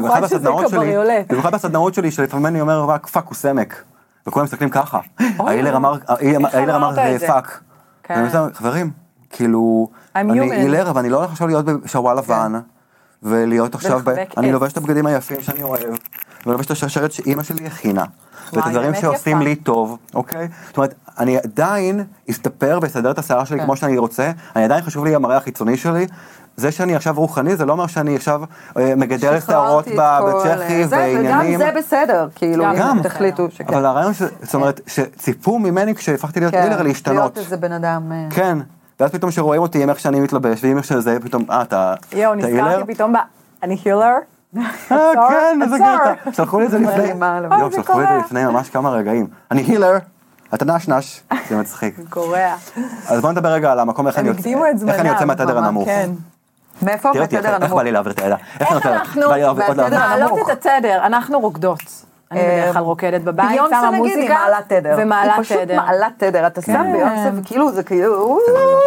במיוחד בסדנאות שלי, שלפעמים אני אומר, פאק הוא סמק. וכולם מסתכלים ככה. האילר אמר זה פאק. ואני אומר, חברים, כאילו, אני אילר, אבל אני לא הולך עכשיו להיות בשרוואל לבן, ולהיות עכשיו, אני לובש את הבגדים היפים שאני אוהב, ולובש את השרשרת שאימא שלי הכינה, ואת הדברים שעושים לי טוב, אוקיי? זאת אומרת, אני עדיין אסתפר ואסדר את השערה שלי כמו שאני רוצה, אני עדיין חשוב לי המראה החיצוני שלי, זה שאני עכשיו רוחני, זה לא אומר שאני עכשיו מגדל שערות בצ'כי ועניינים.
וגם זה בסדר, כאילו, אם תחליטו שכן.
אבל הרעיון, זאת אומרת, שציפו ממני כשהפכתי להיות אילר להשתנות.
להיות איזה בן אדם.
כן, ואז פתאום שרואים אותי עם איך שאני מתלבש, ועם איך שזה פתאום, אתה אילר?
נזכרתי פתאום אני הילר?
כן, איזה קטע. שלחו לי את זה לפני ממש כמה רגעים. אני הילר. אתה נש, זה מצחיק.
קורע.
אז בוא נדבר רגע על המקום, איך אני יוצא מהתדר הנמוך.
מאיפה?
בתדר הנמוך. איך בא לי להעביר את הידע?
איך אנחנו מעלות את התדר? אנחנו רוקדות. אני בדרך כלל רוקדת בבית, שמה מוזיקה ומעלה תדר.
פשוט מעלה תדר. אתה שם ביונסה וכאילו זה כאילו...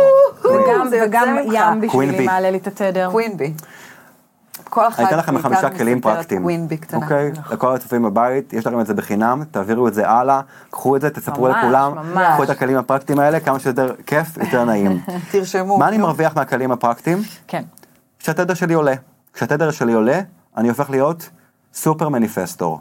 וגם ים בשבילי מעלה לי את התדר.
קווינבי.
אני אתן לכם 5 כלים פרקטיים, אוקיי? לכל הצופים בבית, יש לכם את זה בחינם, תעבירו את זה הלאה, קחו את זה, תספרו לכולם, קחו את הכלים הפרקטיים האלה, כמה שיותר כיף, יותר נעים.
תרשמו.
מה אני מרוויח מהכלים הפרקטיים?
כן.
כשהתדר שלי עולה. כשהתדר שלי עולה, אני הופך להיות סופר מניפסטור.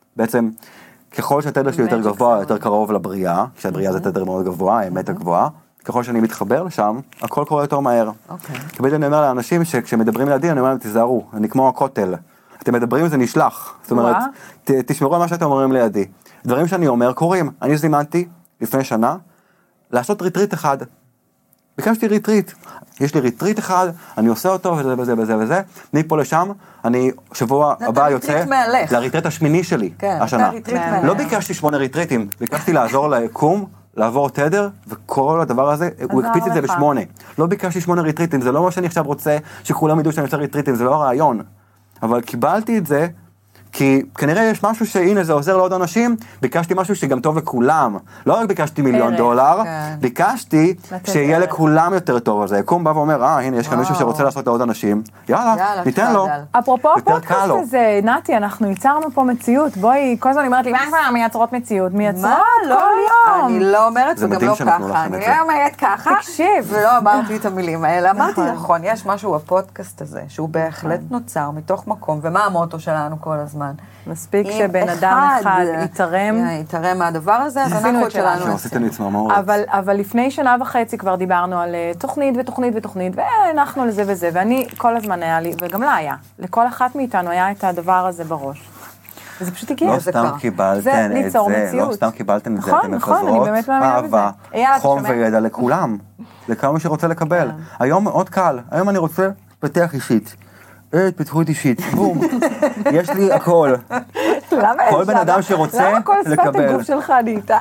בעצם, ככל שהתדר שלי יותר גבוה, יותר קרוב לבריאה, כשהבריאה זה תדר מאוד גבוה, האמת הגבוהה, ככל שאני מתחבר לשם, הכל קורה יותר מהר.
אוקיי.
תמיד אני אומר לאנשים שכשמדברים לידי, אני אומר להם, תיזהרו, אני כמו הכותל. אתם מדברים, זה נשלח. זאת אומרת, תשמרו על מה שאתם אומרים לידי. דברים שאני אומר קורים. אני זימנתי לפני שנה לעשות ריטריט אחד. ביקשתי ריטריט. יש לי ריטריט אחד, אני עושה אותו וזה וזה וזה וזה. מפה לשם, אני שבוע הבא יוצא לריטריט השמיני שלי, השנה. לא ביקשתי 8 ריטריטים, ביקשתי לעזור ליקום, לעבור תדר, וכל הדבר הזה, הוא הקפיץ את זה ב8. לא ביקשתי 8 ריטריטים, זה לא מה שאני עכשיו רוצה, שכולם ידעו שאני עושה ריטריטים, זה לא הרעיון. אבל קיבלתי את זה, כי כנראה יש משהו שהנה זה עוזר לעוד אנשים, ביקשתי משהו שגם טוב לכולם. לא רק ביקשתי $1,000,000, ביקשתי שיהיה לכולם יותר טוב. אז היקום בא ואומר, הנה יש כאן מישהו שרוצה לעשות לעוד אנשים, יאללה, ניתן לו.
אפרופו הפודקאסט הזה, נתי, אנחנו ייצרנו פה מציאות, בואי, כל הזמן אומרת לי, מה כבר מייצרות מציאות? מייצרות כל יום.
אני לא אומרת וגם לא ככה, אני לא אומרת ככה, ולא אמרתי את המילים האלה, אמרתי נכון, יש משהו בפודקאסט הזה, שהוא בהחלט נוצר מתוך מקום, ומה המוטו שלנו כל הזמן?
מספיק שבן אדם אחד
יתרם מהדבר הזה, אז אנחנו את שלנו.
אבל לפני 1.5 שנה כבר דיברנו על תוכנית ותוכנית ותוכנית, והנחנו לזה וזה, ואני כל הזמן היה לי, וגם לה היה, לכל אחת מאיתנו היה את הדבר הזה בראש. וזה פשוט הגיע,
לא סתם קיבלתן את זה, לא סתם קיבלתן את זה, אתם מפזרות אהבה, חום וידע לכולם, לכמה שרוצה לקבל. היום מאוד קל, היום אני רוצה פתח אישית. התפתחות אישית, בום, יש לי הכל. כל בן אדם שרוצה
למה כל שפת הגוף שלך נהייתה?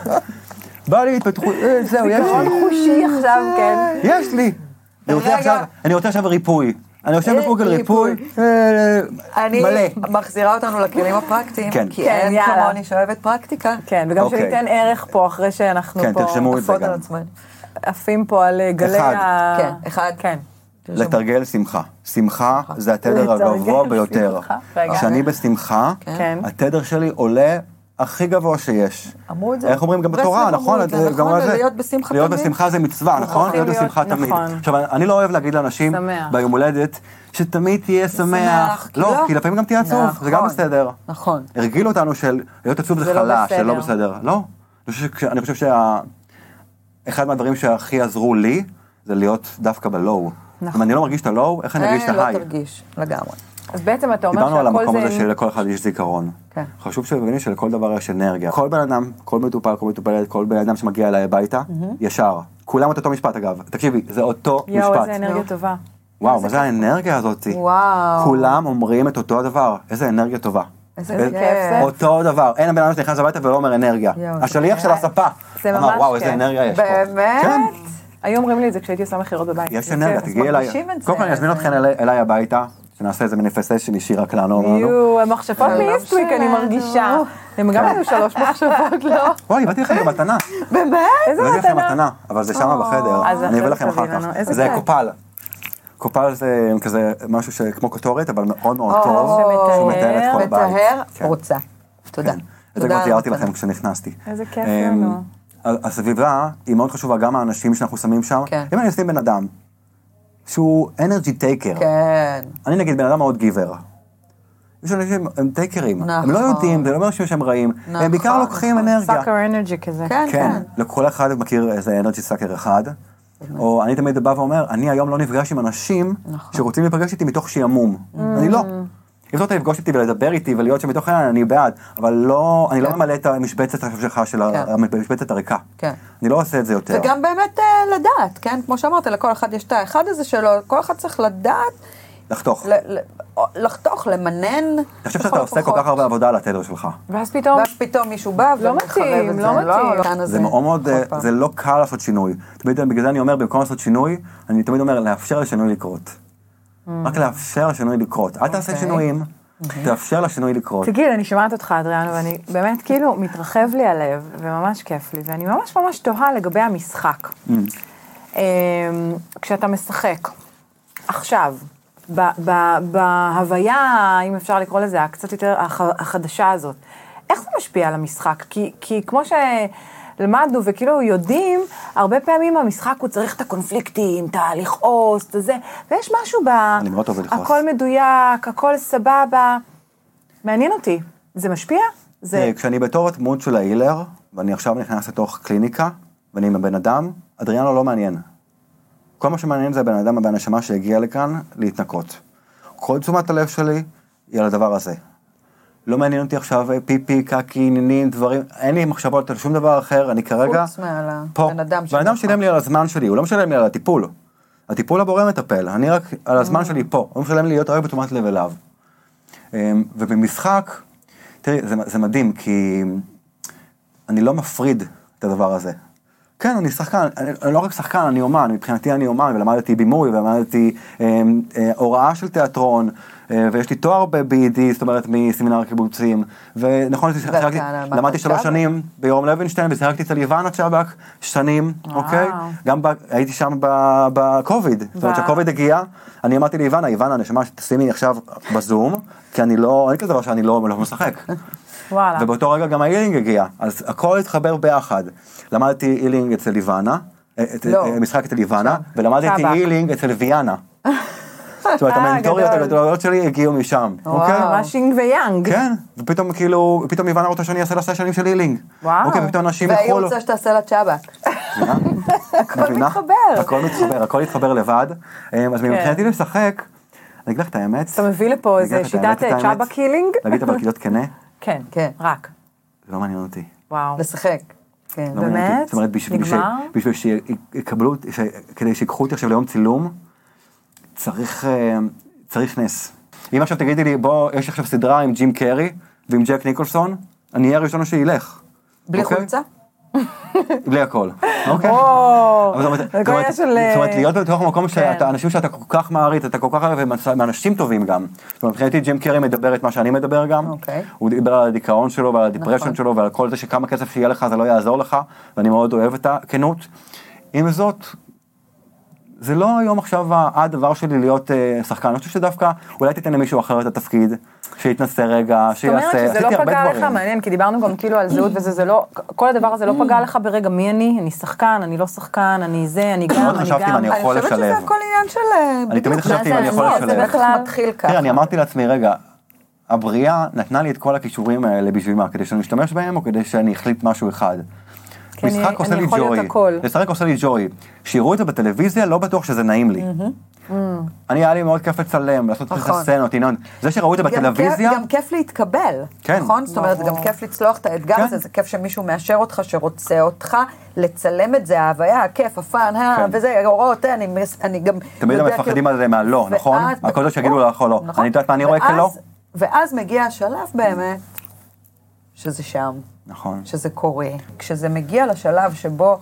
בא לי התפתחות, זהו, יש לי.
זיכרון חושי עכשיו, כן.
יש לי. אני רוצה עכשיו ריפוי. אני חושב בגוגל ריפוי מלא.
אני מחזירה אותנו לכלים הפרקטיים, כי אין כמוני שאוהבת פרקטיקה.
כן, וגם שניתן ערך פה אחרי שאנחנו פה
עפות על עצמנו.
עפים פה על גלי ה...
כן, אחד.
כן.
לתרגל שמחה. שמחה זה התדר הגבוה ביותר. כשאני בשמחה, התדר שלי עולה הכי גבוה שיש.
אמרו את זה.
איך אומרים גם בתורה, נכון?
להיות בשמחה תמיד.
להיות בשמחה זה מצווה, נכון? להיות בשמחה תמיד. עכשיו, אני לא אוהב להגיד לאנשים ביום הולדת, שתמיד תהיה שמח. לא, כי לפעמים גם תהיה עצוב, זה גם בסדר.
נכון.
הרגילו אותנו של להיות עצוב זה חלש, של לא בסדר. לא. אני חושב שאחד מהדברים שהכי עזרו לי, זה להיות דווקא בלואו. אם אני לא מרגיש את הלואו, איך אני מרגיש את ההיי?
לא תרגיש, לגמרי.
אז בעצם אתה אומר שהכל זה...
דיברנו על המקום הזה שלכל אחד יש זיכרון. חשוב שתביני שלכל דבר יש אנרגיה. כל בן אדם, כל מטופל, כל מטופלת, כל בן אדם שמגיע אליי הביתה, ישר. כולם את אותו משפט אגב. תקשיבי, זה אותו משפט.
יואו, איזה אנרגיה טובה.
וואו, מה זה האנרגיה הזאת?
וואו.
כולם אומרים את אותו הדבר. איזה אנרגיה טובה.
איזה כיף זה.
אותו דבר. אין הבן אדם שנכנס הביתה ולא אומר אנרגיה. השליח של הספה. אמר, וואו, איזה אנרגיה יש פה.
באמת?
היו אומרים לי את זה כשהייתי עושה מחירות בבית.
יש אנרגיה, תגיעי אליי. קודם כל אני אזמין אתכן אליי הביתה, שנעשה איזה מניפסטיישן אישי רק לנו.
יואו, המחשבות מאיסטוויק אני מרגישה. הם גם היו 3 מחשבות, לא?
וואי, באתי לכם במתנה.
באמת?
איזה מתנה?
באתי לכם מתנה, אבל זה שמה בחדר. אני אביא לכם אחר כך. זה קופל. קופל זה כזה משהו שכמו כותורת, אבל מאוד מאוד טוב. שהוא מתאר את כל הבית.
מטהר, רוצה. תודה.
זה כבר תיארתי לכם כשנכנסתי.
איזה כיף לנו.
הסביבה היא מאוד חשובה, גם האנשים שאנחנו שמים שם. אם אני אשים בן אדם, שהוא אנרגי טייקר.
כן.
אני נגיד בן אדם מאוד גיבר. יש אנשים, הם טייקרים. הם לא יודעים, זה לא אומר שהם רעים. הם בעיקר לוקחים אנרגיה.
סאקר אנרגי כזה.
כן. לכל אחד מכיר איזה אנרגי סאקר אחד. או אני תמיד בא ואומר, אני היום לא נפגש עם אנשים שרוצים לפגש איתי מתוך שיעמום. אני לא. אם זאת לפגוש איתי ולדבר איתי ולהיות שמתוך העניין, אני בעד, אבל לא, אני לא ממלא את המשבצת שלך, של המשבצת הריקה. אני לא עושה את זה יותר.
וגם באמת לדעת, כן? כמו שאמרת, לכל אחד יש את האחד הזה שלו, כל אחד צריך לדעת. לחתוך, למנן.
אני חושב שאתה עושה כל כך הרבה עבודה על התדר שלך.
ואז פתאום
מישהו בא ומחרב את זה.
לא מתאים.
זה מאוד, זה לא קל לעשות שינוי. בגלל זה אני אומר, במקום לעשות שינוי, אני תמיד אומר, לאפשר לשינוי לקרות. רק לאפשר לשינוי לקרות. אל תעשה שינויים, תאפשר לשינוי לקרות.
תגיד, אני שומעת אותך, אדריאנו, ואני באמת כאילו מתרחב לי הלב, וממש כיף לי, ואני ממש ממש תוהה לגבי המשחק. כשאתה משחק, עכשיו, בהוויה, אם אפשר לקרוא לזה, קצת יותר החדשה הזאת, איך זה משפיע על המשחק? כי כמו שלמדנו וכאילו יודעים, הרבה פעמים המשחק הוא צריך את הקונפליקטים, את הלכעוס, את זה, ויש משהו הכל מדויק, הכל סבבה. מעניין אותי, זה משפיע?
כשאני בתור הדמות של ההילר, ואני עכשיו נכנס לתוך קליניקה, ואני עם הבן אדם, אדריאנו לא מעניין. כל מה שמעניין זה הבן אדם, הנשמה שהגיע לכאן להתנקות. כל תשומת הלב שלי היא על הדבר הזה. לא מעניין אותי עכשיו פיפי, קקי, עניינים, דברים, אין לי מחשבות על שום דבר אחר, אני כרגע
חוץ מעל
פה.
הבן אדם
בן אדם שילם לי על הזמן שלי, הוא לא משלם לי על הטיפול. הטיפול הבורא מטפל, אני רק על הזמן שלי פה, הוא משלם לי להיות רק בתשומת לב אליו. ובמשחק, תראי, זה מדהים, כי אני לא מפריד את הדבר הזה. כן, אני שחקן, אני לא רק שחקן, אני אומן, מבחינתי אני אומן, ולמדתי בימוי, ולמדתי הוראה של תיאטרון, ויש לי תואר ב-BED, זאת אומרת, מסמינר קיבוצים, ונכון, למדתי 3 שנים ביורם לוינשטיין, ושיחקתי אצל איוונה צ'אבק, שנים, אוקיי? גם הייתי שם בקוביד, זאת אומרת שהקוביד הגיע, אני אמרתי לאיוונה, נשמע שתשימי עכשיו בזום, כי אני לא, אין כזה דבר שאני לא משחק. ובאותו רגע גם האילינג הגיע, אז הכל התחבר ביחד. למדתי אילינג אצל איוונה, משחק אצל איוונה, ולמדתי אילינג אצל ויאנה. זאת אומרת, המנטוריות הגדולות שלי הגיעו משם.
וואו, שינג ויאנג.
כן, ופתאום כאילו, פתאום איוונה רוצה שאני אעשה לה סשנים של אילינג.
וואו.
ופתאום אנשים
והיא
יכולו.
רוצה שתעשה לה צ'אבק. הכל מתחבר.
הכל מתחבר לבד. אז מבחינתי לשחק, אני אגיד לך את האמת.
אתה מביא לפה איזה שיטת צ'אבק הילינג?
להגיד אבל להיות כנה.
כן, רק.
זה לא מעניין אותי.
וואו.
לשחק. כן.
באמת?
זאת אומרת, בשביל שיקבלו, כדי שיקחו אותי עכשיו ליום צילום, צריך נס. אם עכשיו תגידי לי, בוא, יש עכשיו סדרה עם ג'ים קרי ועם ג'ק ניקולסון, אני אהיה הראשון שילך.
בלי חולצה?
בלי הכל. אוקיי? זאת אומרת, להיות בתוך המקום שהאנשים שאתה כל כך מעריץ, אתה כל כך אוהב, מאנשים טובים גם. זאת אומרת, מבחינתי ג'ים קרי מדבר את מה שאני מדבר גם. הוא דיבר על הדיכאון שלו ועל הדיפרשן שלו ועל כל זה שכמה כסף שיהיה לך זה לא יעזור לך, ואני מאוד אוהב את הכנות. עם זאת, זה לא היום עכשיו הדבר שלי להיות שחקן. אני חושב שדווקא אולי תיתן למישהו אחר את התפקיד, שיתנסה רגע, שיעשה.
זאת אומרת שזה לא פגע לך, מעניין, כי דיברנו גם כאילו על זהות וזה, זה לא, כל הדבר הזה לא פגע לך ברגע מי אני שחקן, אני לא שחקן, אני זה, אני גם,
אני חושבת שזה הכל עניין של...
אני תמיד חשבתי אם אני יכול לשלב.
זה בטח מתחיל ככה.
תראה, אני אמרתי לעצמי, רגע, הבריאה נתנה לי את כל הכישורים האלה בשביל מה? כדי שאני משתמש בהם או כדי שאני אחליט משהו אחד? משחק עושה לי ג'וי, לשחק עושה לי ג'וי. שיראו את זה בטלוויזיה, לא בטוח שזה נעים לי. היה לי מאוד כיף לצלם, לעשות את הסצנות, זה שראו את זה בטלוויזיה...
גם כיף להתקבל, נכון? זאת אומרת, גם כיף לצלוח את האתגר הזה, זה כיף שמישהו מאשר אותך, שרוצה אותך, לצלם את זה, ההוויה, הכיף, הפן, וזה, הוראות, אני גם...
תמיד הם מפחדים על זה מהלא, נכון? הכל זה שיגידו לך או לא. אני יודעת מה אני רואה כלא?
ואז מגיע השלב באמת, שזה שם.
נכון.
שזה קורה. כשזה מגיע לשלב שבו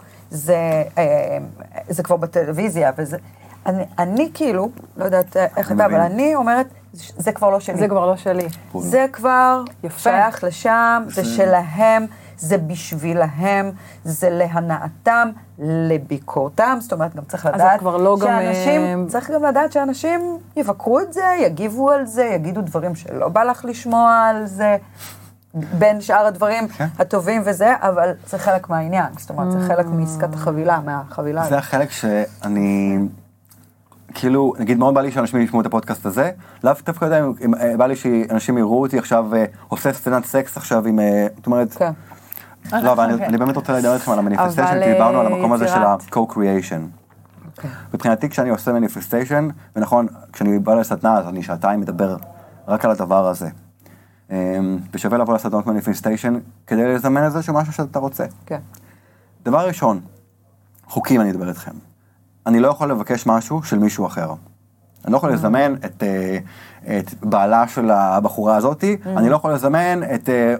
זה כבר בטלוויזיה, וזה... אני כאילו, לא יודעת איך אתה, אבל אני אומרת, זה כבר לא שלי.
זה כבר לא שלי.
זה כבר שייך לשם, זה שלהם, זה בשבילהם, זה להנאתם, לביקורתם, זאת אומרת, גם צריך לדעת שאנשים, צריך גם לדעת שאנשים יבקרו את זה, יגיבו על זה, יגידו דברים שלא בא לך לשמוע על זה, בין שאר הדברים הטובים וזה, אבל זה חלק מהעניין, זאת אומרת, זה חלק מעסקת החבילה, מהחבילה.
זה החלק שאני... כאילו, נגיד, מאוד בא לי שאנשים ישמעו את הפודקאסט הזה, לאו דווקא יודע, בא לי שאנשים יראו אותי עכשיו, עושה סצנת סקס עכשיו עם, זאת אומרת, לא, אבל אני באמת רוצה לדבר אתכם על המניפסטיישן, כי דיברנו על המקום הזה של ה-co-creation. מבחינתי, כשאני עושה מניפסטיישן, ונכון, כשאני בא לסדנה, אז אני שעתיים מדבר רק על הדבר הזה. ושווה לבוא לסדנות מניפסטיישן, כדי לזמן איזשהו משהו שאתה רוצה. דבר ראשון, חוקים אני אדבר איתכם. אני לא יכול לבקש משהו של מישהו אחר. אני לא יכול לזמן את בעלה של הבחורה הזאת, אני לא יכול לזמן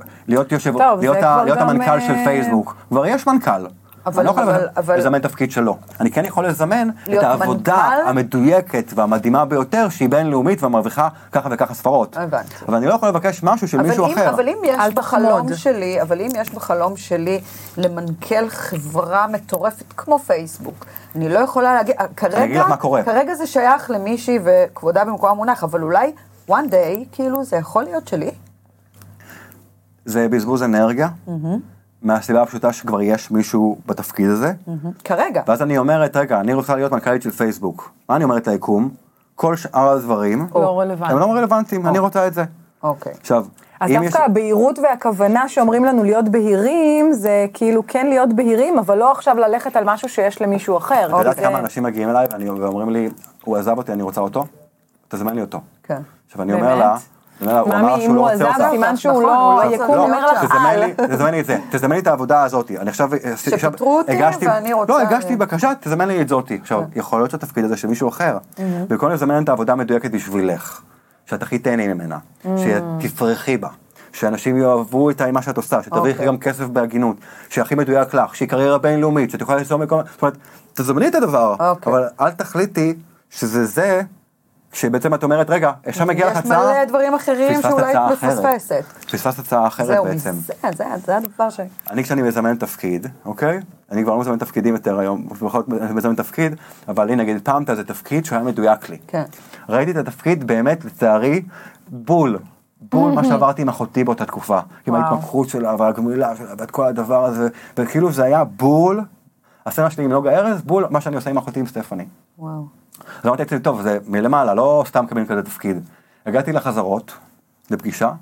להיות המנכ"ל של פייסבוק. כבר יש מנכ"ל. אני לא יכול לזמן תפקיד שלו. אני כן יכול לזמן את העבודה המדויקת והמדהימה ביותר, שהיא בינלאומית ומרוויחה ככה וככה ספרות. אבל אני לא יכול לבקש משהו של מישהו אחר.
אבל אם יש בחלום שלי למנכ"ל חברה מטורפת כמו פייסבוק, אני לא יכולה להגיד, כרגע זה שייך למישהי וכבודה במקום המונח, אבל אולי one day, כאילו, זה יכול להיות שלי?
זה בזבוז אנרגיה. מהסיבה הפשוטה שכבר יש מישהו בתפקיד הזה.
כרגע.
ואז אני אומרת, רגע, אני רוצה להיות מנכ"לית של פייסבוק. מה אני אומרת ליקום? כל שאר הדברים, הם לא רלוונטיים, אני רוצה את זה.
אוקיי.
עכשיו,
אז דווקא הבהירות והכוונה שאומרים לנו להיות בהירים, זה כאילו כן להיות בהירים, אבל לא עכשיו ללכת על משהו שיש למישהו אחר.
אתה יודעת כמה אנשים מגיעים אליי ואומרים לי, הוא עזב אותי, אני רוצה אותו? תזמן לי אותו.
כן.
עכשיו אני אומר לה, הוא אמר שהוא לא רוצה אותה.
אם הוא עזב, סימן שהוא לא, היקום אומר לך
תזמן לי את זה, תזמן לי את העבודה הזאת. אני עכשיו,
שפטרו אותי ואני רוצה...
לא, הגשתי בקשה, תזמן לי את זאתי. עכשיו, יכול להיות שהתפקיד הזה של מישהו אחר, וכל לזמן את העבודה המדויקת בשבילך, שאת הכי תהני ממנה, שתפרחי בה, שאנשים יאהבו את מה שאת עושה, שתבריחי גם כסף בהגינות, שהכי מדויק לך, שהיא קריירה בינלאומית, שתוכל ליצור מקום... זאת אומרת, תזמני את הדבר, אבל אל תחליטי שזה זה, שבעצם את אומרת, רגע, שם מגיע לך הצעה...
יש מלא דברים אחרים שאולי את מפספסת.
פספסת הצעה אחרת בעצם.
זה הדבר ש...
אני כשאני מזמן תפקיד, אוקיי? אני כבר לא מזמן תפקידים יותר היום, בכל זאת מזמן תפקיד, אבל לי נגיד פעם זה תפקיד שהיה מדויק לי.
כן.
ראיתי את התפקיד באמת, לצערי, בול מה שעברתי עם אחותי באותה תקופה. עם ההתמקחות שלה והגמילה שלה ואת כל הדבר הזה, וכאילו זה היה בול, הסצנה שלי עם נוגה ארז, בול מה שאני עושה עם אחותי עם סטפני.
וואו.
אז אמרתי אצלי, טוב, זה מלמעלה, לא סתם קבלים כזה תפקיד. הגעתי לחזרות, לפגישה,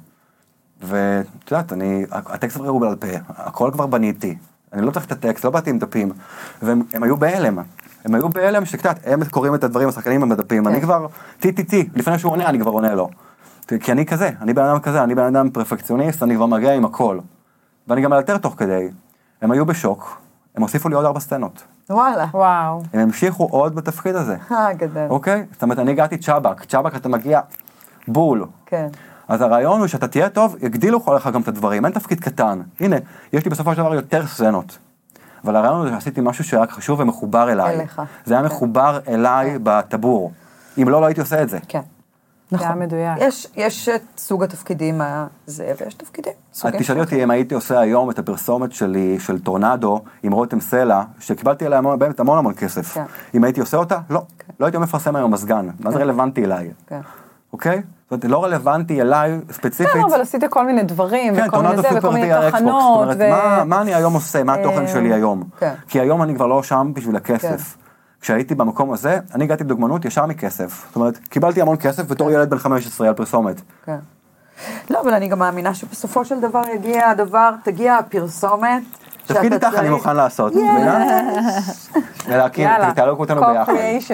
ואת יודעת, הטקסט כבר הוא בעל פה, הכל כבר בניתי. אני לא צריך את הטקסט, לא באתי עם דפים, והם היו בהלם. הם היו בהלם שקצת, הם קוראים את הדברים, השחקנים עם הדפים, אני כבר, טי, לפני שהוא עונה, אני כבר עונה לו. כי אני כזה, אני בן אדם כזה, אני בן אדם פרפקציוניסט, אני כבר מגיע עם הכל. ואני גם יותר תוך כדי. הם היו בשוק, הם הוסיפו לי עוד 4 סצנות.
וואלה.
וואו.
הם המשיכו עוד בתפקיד הזה.
גדל.
אוקיי? זאת אומרת, אני הגעתי צ'אבק אתה מגיע בול.
כן.
אז הרעיון הוא שאתה תהיה טוב, יגדילו לך גם את הדברים, אין תפקיד קטן. הנה, יש לי בסופו של דבר יותר סצנות. אבל הרעיון הוא שעשיתי משהו שהיה חשוב ומחובר אליי.
אליך.
זה היה מחובר אליי בטבור. אם לא הייתי עושה את זה.
כן.
נכון. זה היה מדויק.
יש את סוג התפקידים הזה, ויש תפקידים.
תשאלי אותי אם הייתי עושה היום את הפרסומת שלי, של טורנדו, עם רותם סלע, שקיבלתי עליה באמת המון כסף.
כן.
אם הייתי עושה אותה? לא. לא הייתי מפרסם היום מזגן. מה זה רלוונטי אליי?
כן.
אוקיי? זאת אומרת, לא רלוונטי אליי ספציפית.
כן, אבל עשית כל מיני דברים,
כן,
וכל מיני זה, וכל מיני
תחנות.
תחנות.
מה אני היום עושה? מה התוכן שלי היום?
כן.
כי היום אני כבר לא שם בשביל הכסף. כשהייתי במקום הזה, אני הגעתי בדוגמנות ישר מכסף. זאת אומרת, קיבלתי המון כסף בתור ילד בן 15 על פרסומת.
כן. לא, אבל אני גם מאמינה שבסופו של דבר תגיע הפרסומת.
תפקיד איתך אני מוכן לעשות. תעלו אותנו ביחד.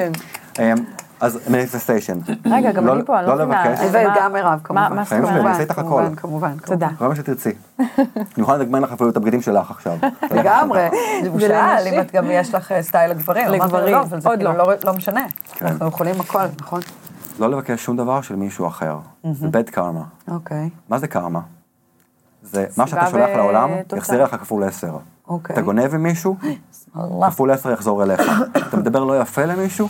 אז מניפסטיישן.
רגע, גם אני פה, אני לא מבינה.
וגם מירב, כמובן.
אני אעשה איתך הכל.
כמובן.
תודה.
כל מה שתרצי. אני יכולה לדגמן לך אפילו את הבגדים שלך עכשיו.
לגמרי. הוא שאל, אם את גם יש לך סטייל לגברים.
לגברים, עוד לא.
לא משנה. אנחנו יכולים הכל, נכון?
לא לבקש שום דבר של מישהו אחר. זה בד קרמה.
אוקיי.
מה זה קרמה? זה מה שאתה שולח לעולם, יחזיר לך כפול 10. אתה גונב עם מישהו, כפול 10 יחזור אליך. אתה מדבר לא יפה למישהו,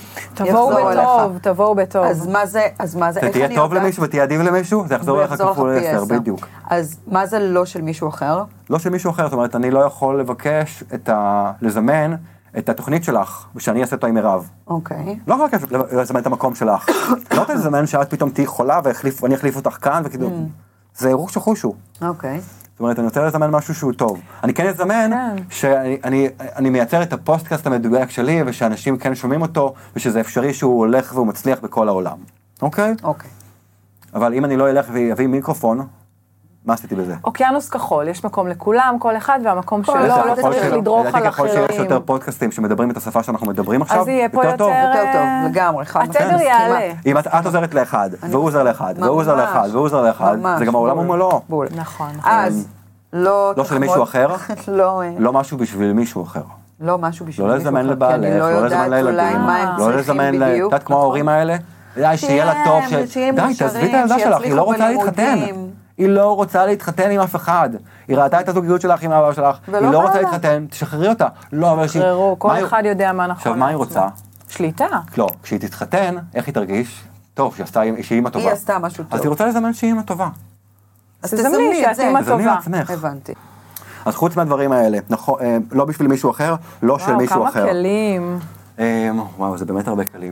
תבואו בטוב.
אז מה זה,
אתה תהיה טוב למישהו ותהיה אדיב למישהו, זה יחזור אליך כפול 10, בדיוק.
אז מה זה לא של מישהו אחר?
לא של מישהו אחר, זאת אומרת, אני לא יכול לבקש לזמן את התוכנית שלך, ושאני אעשה אותו עם מירב.
אוקיי.
לא רק לזמן את המקום שלך. לא תזמן שאת פתאום תהי חולה ואני אחליף אותך כאן, וכאילו, זה אירוע שחושו.
אוקיי.
זאת אומרת, אני רוצה לזמן משהו שהוא טוב. אני כן אזמן שאני מייצר את הפוסטקאסט המדויק שלי, ושאנשים כן שומעים אותו, ושזה אפשרי שהוא הולך והוא מצליח בכל העולם. אוקיי?
אוקיי.
אבל אם אני לא אלך ויביא מיקרופון, מה עשיתי בזה?
אוקיינוס כחול, יש מקום לכולם, כל אחד, והמקום שלו, לא צריך לדרוך על
ככל
אחרים.
שיש יותר פודקאסטים שמדברים את השפה שאנחנו מדברים עכשיו,
אז יהיה פה יותר
טוב, לגמרי.
התדר יעלה.
אם את עוזרת לאחד, והוא עוזר לאחד, והוא עוזר לאחד, והוא עוזר לאחד, זה גם העולם ומלואו.
נכון.
אז לא
של מישהו אחר, לא משהו בשביל מישהו אחר.
לא משהו בשביל
מישהו אחר. לא לזמן לבעלך, לא לזמן לילדים, לא לזמן, את כמו ההורים האלה, שיהיה לה טוב, די, תעזבי את הילדה שלך, היא לא רוצה להתחתן. היא לא רוצה להתחתן עם אף אחד. היא ראתה את הזוגיות שלך עם האבא שלך, היא לא רוצה להתחתן, תשחררי אותה. לא, אבל שהיא...
תשחררו, כל אחד יודע מה נכון.
עכשיו, מה היא רוצה?
שליטה.
לא, כשהיא תתחתן, איך היא תרגיש? טוב, שהיא אימא טובה.
היא עשתה משהו טוב.
אז היא רוצה לזמן שהיא אימא טובה.
אז תזמני שאת אימא טובה.
הבנתי. אז חוץ מהדברים האלה, לא בשביל מישהו אחר, לא של מישהו אחר.
כמה כלים.
וואו, זה באמת הרבה כלים.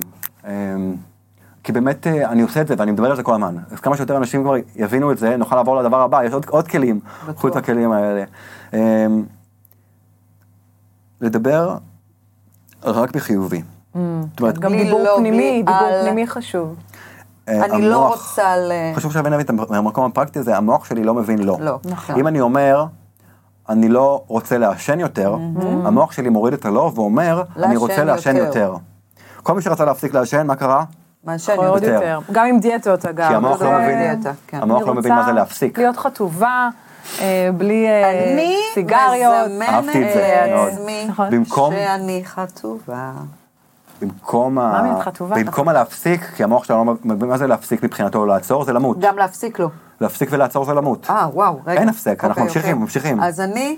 כי באמת אני עושה את זה ואני מדבר על זה כל הזמן. אז כמה שיותר אנשים כבר יבינו את זה, נוכל לעבור לדבר הבא, יש עוד כלים, חוץ מהכלים האלה. לדבר רק בחיובי.
גם דיבור פנימי, דיבור פנימי חשוב.
אני לא רוצה
חשוב שאני אבין את המקום הפרקטי הזה, המוח שלי לא מבין לא.
לא.
אם אני אומר, אני לא רוצה לעשן יותר, המוח שלי מוריד את הלא ואומר, אני רוצה לעשן יותר. כל מי שרצה להפסיק לעשן, מה קרה?
מעשן יותר.
גם עם דיאטות אגב.
כי המוח לא מבין. המוח לא מבין מה זה להפסיק.
להיות חטובה, בלי סיגריות.
אהבתי את זה מאוד. במקום
שאני חטובה.
במקום להפסיק, כי המוח שלנו לא מבין מה זה להפסיק מבחינתו או לעצור, זה למות.
גם להפסיק לו.
להפסיק ולעצור זה למות.
וואו, רגע.
אין הפסק, אנחנו ממשיכים.
אז אני...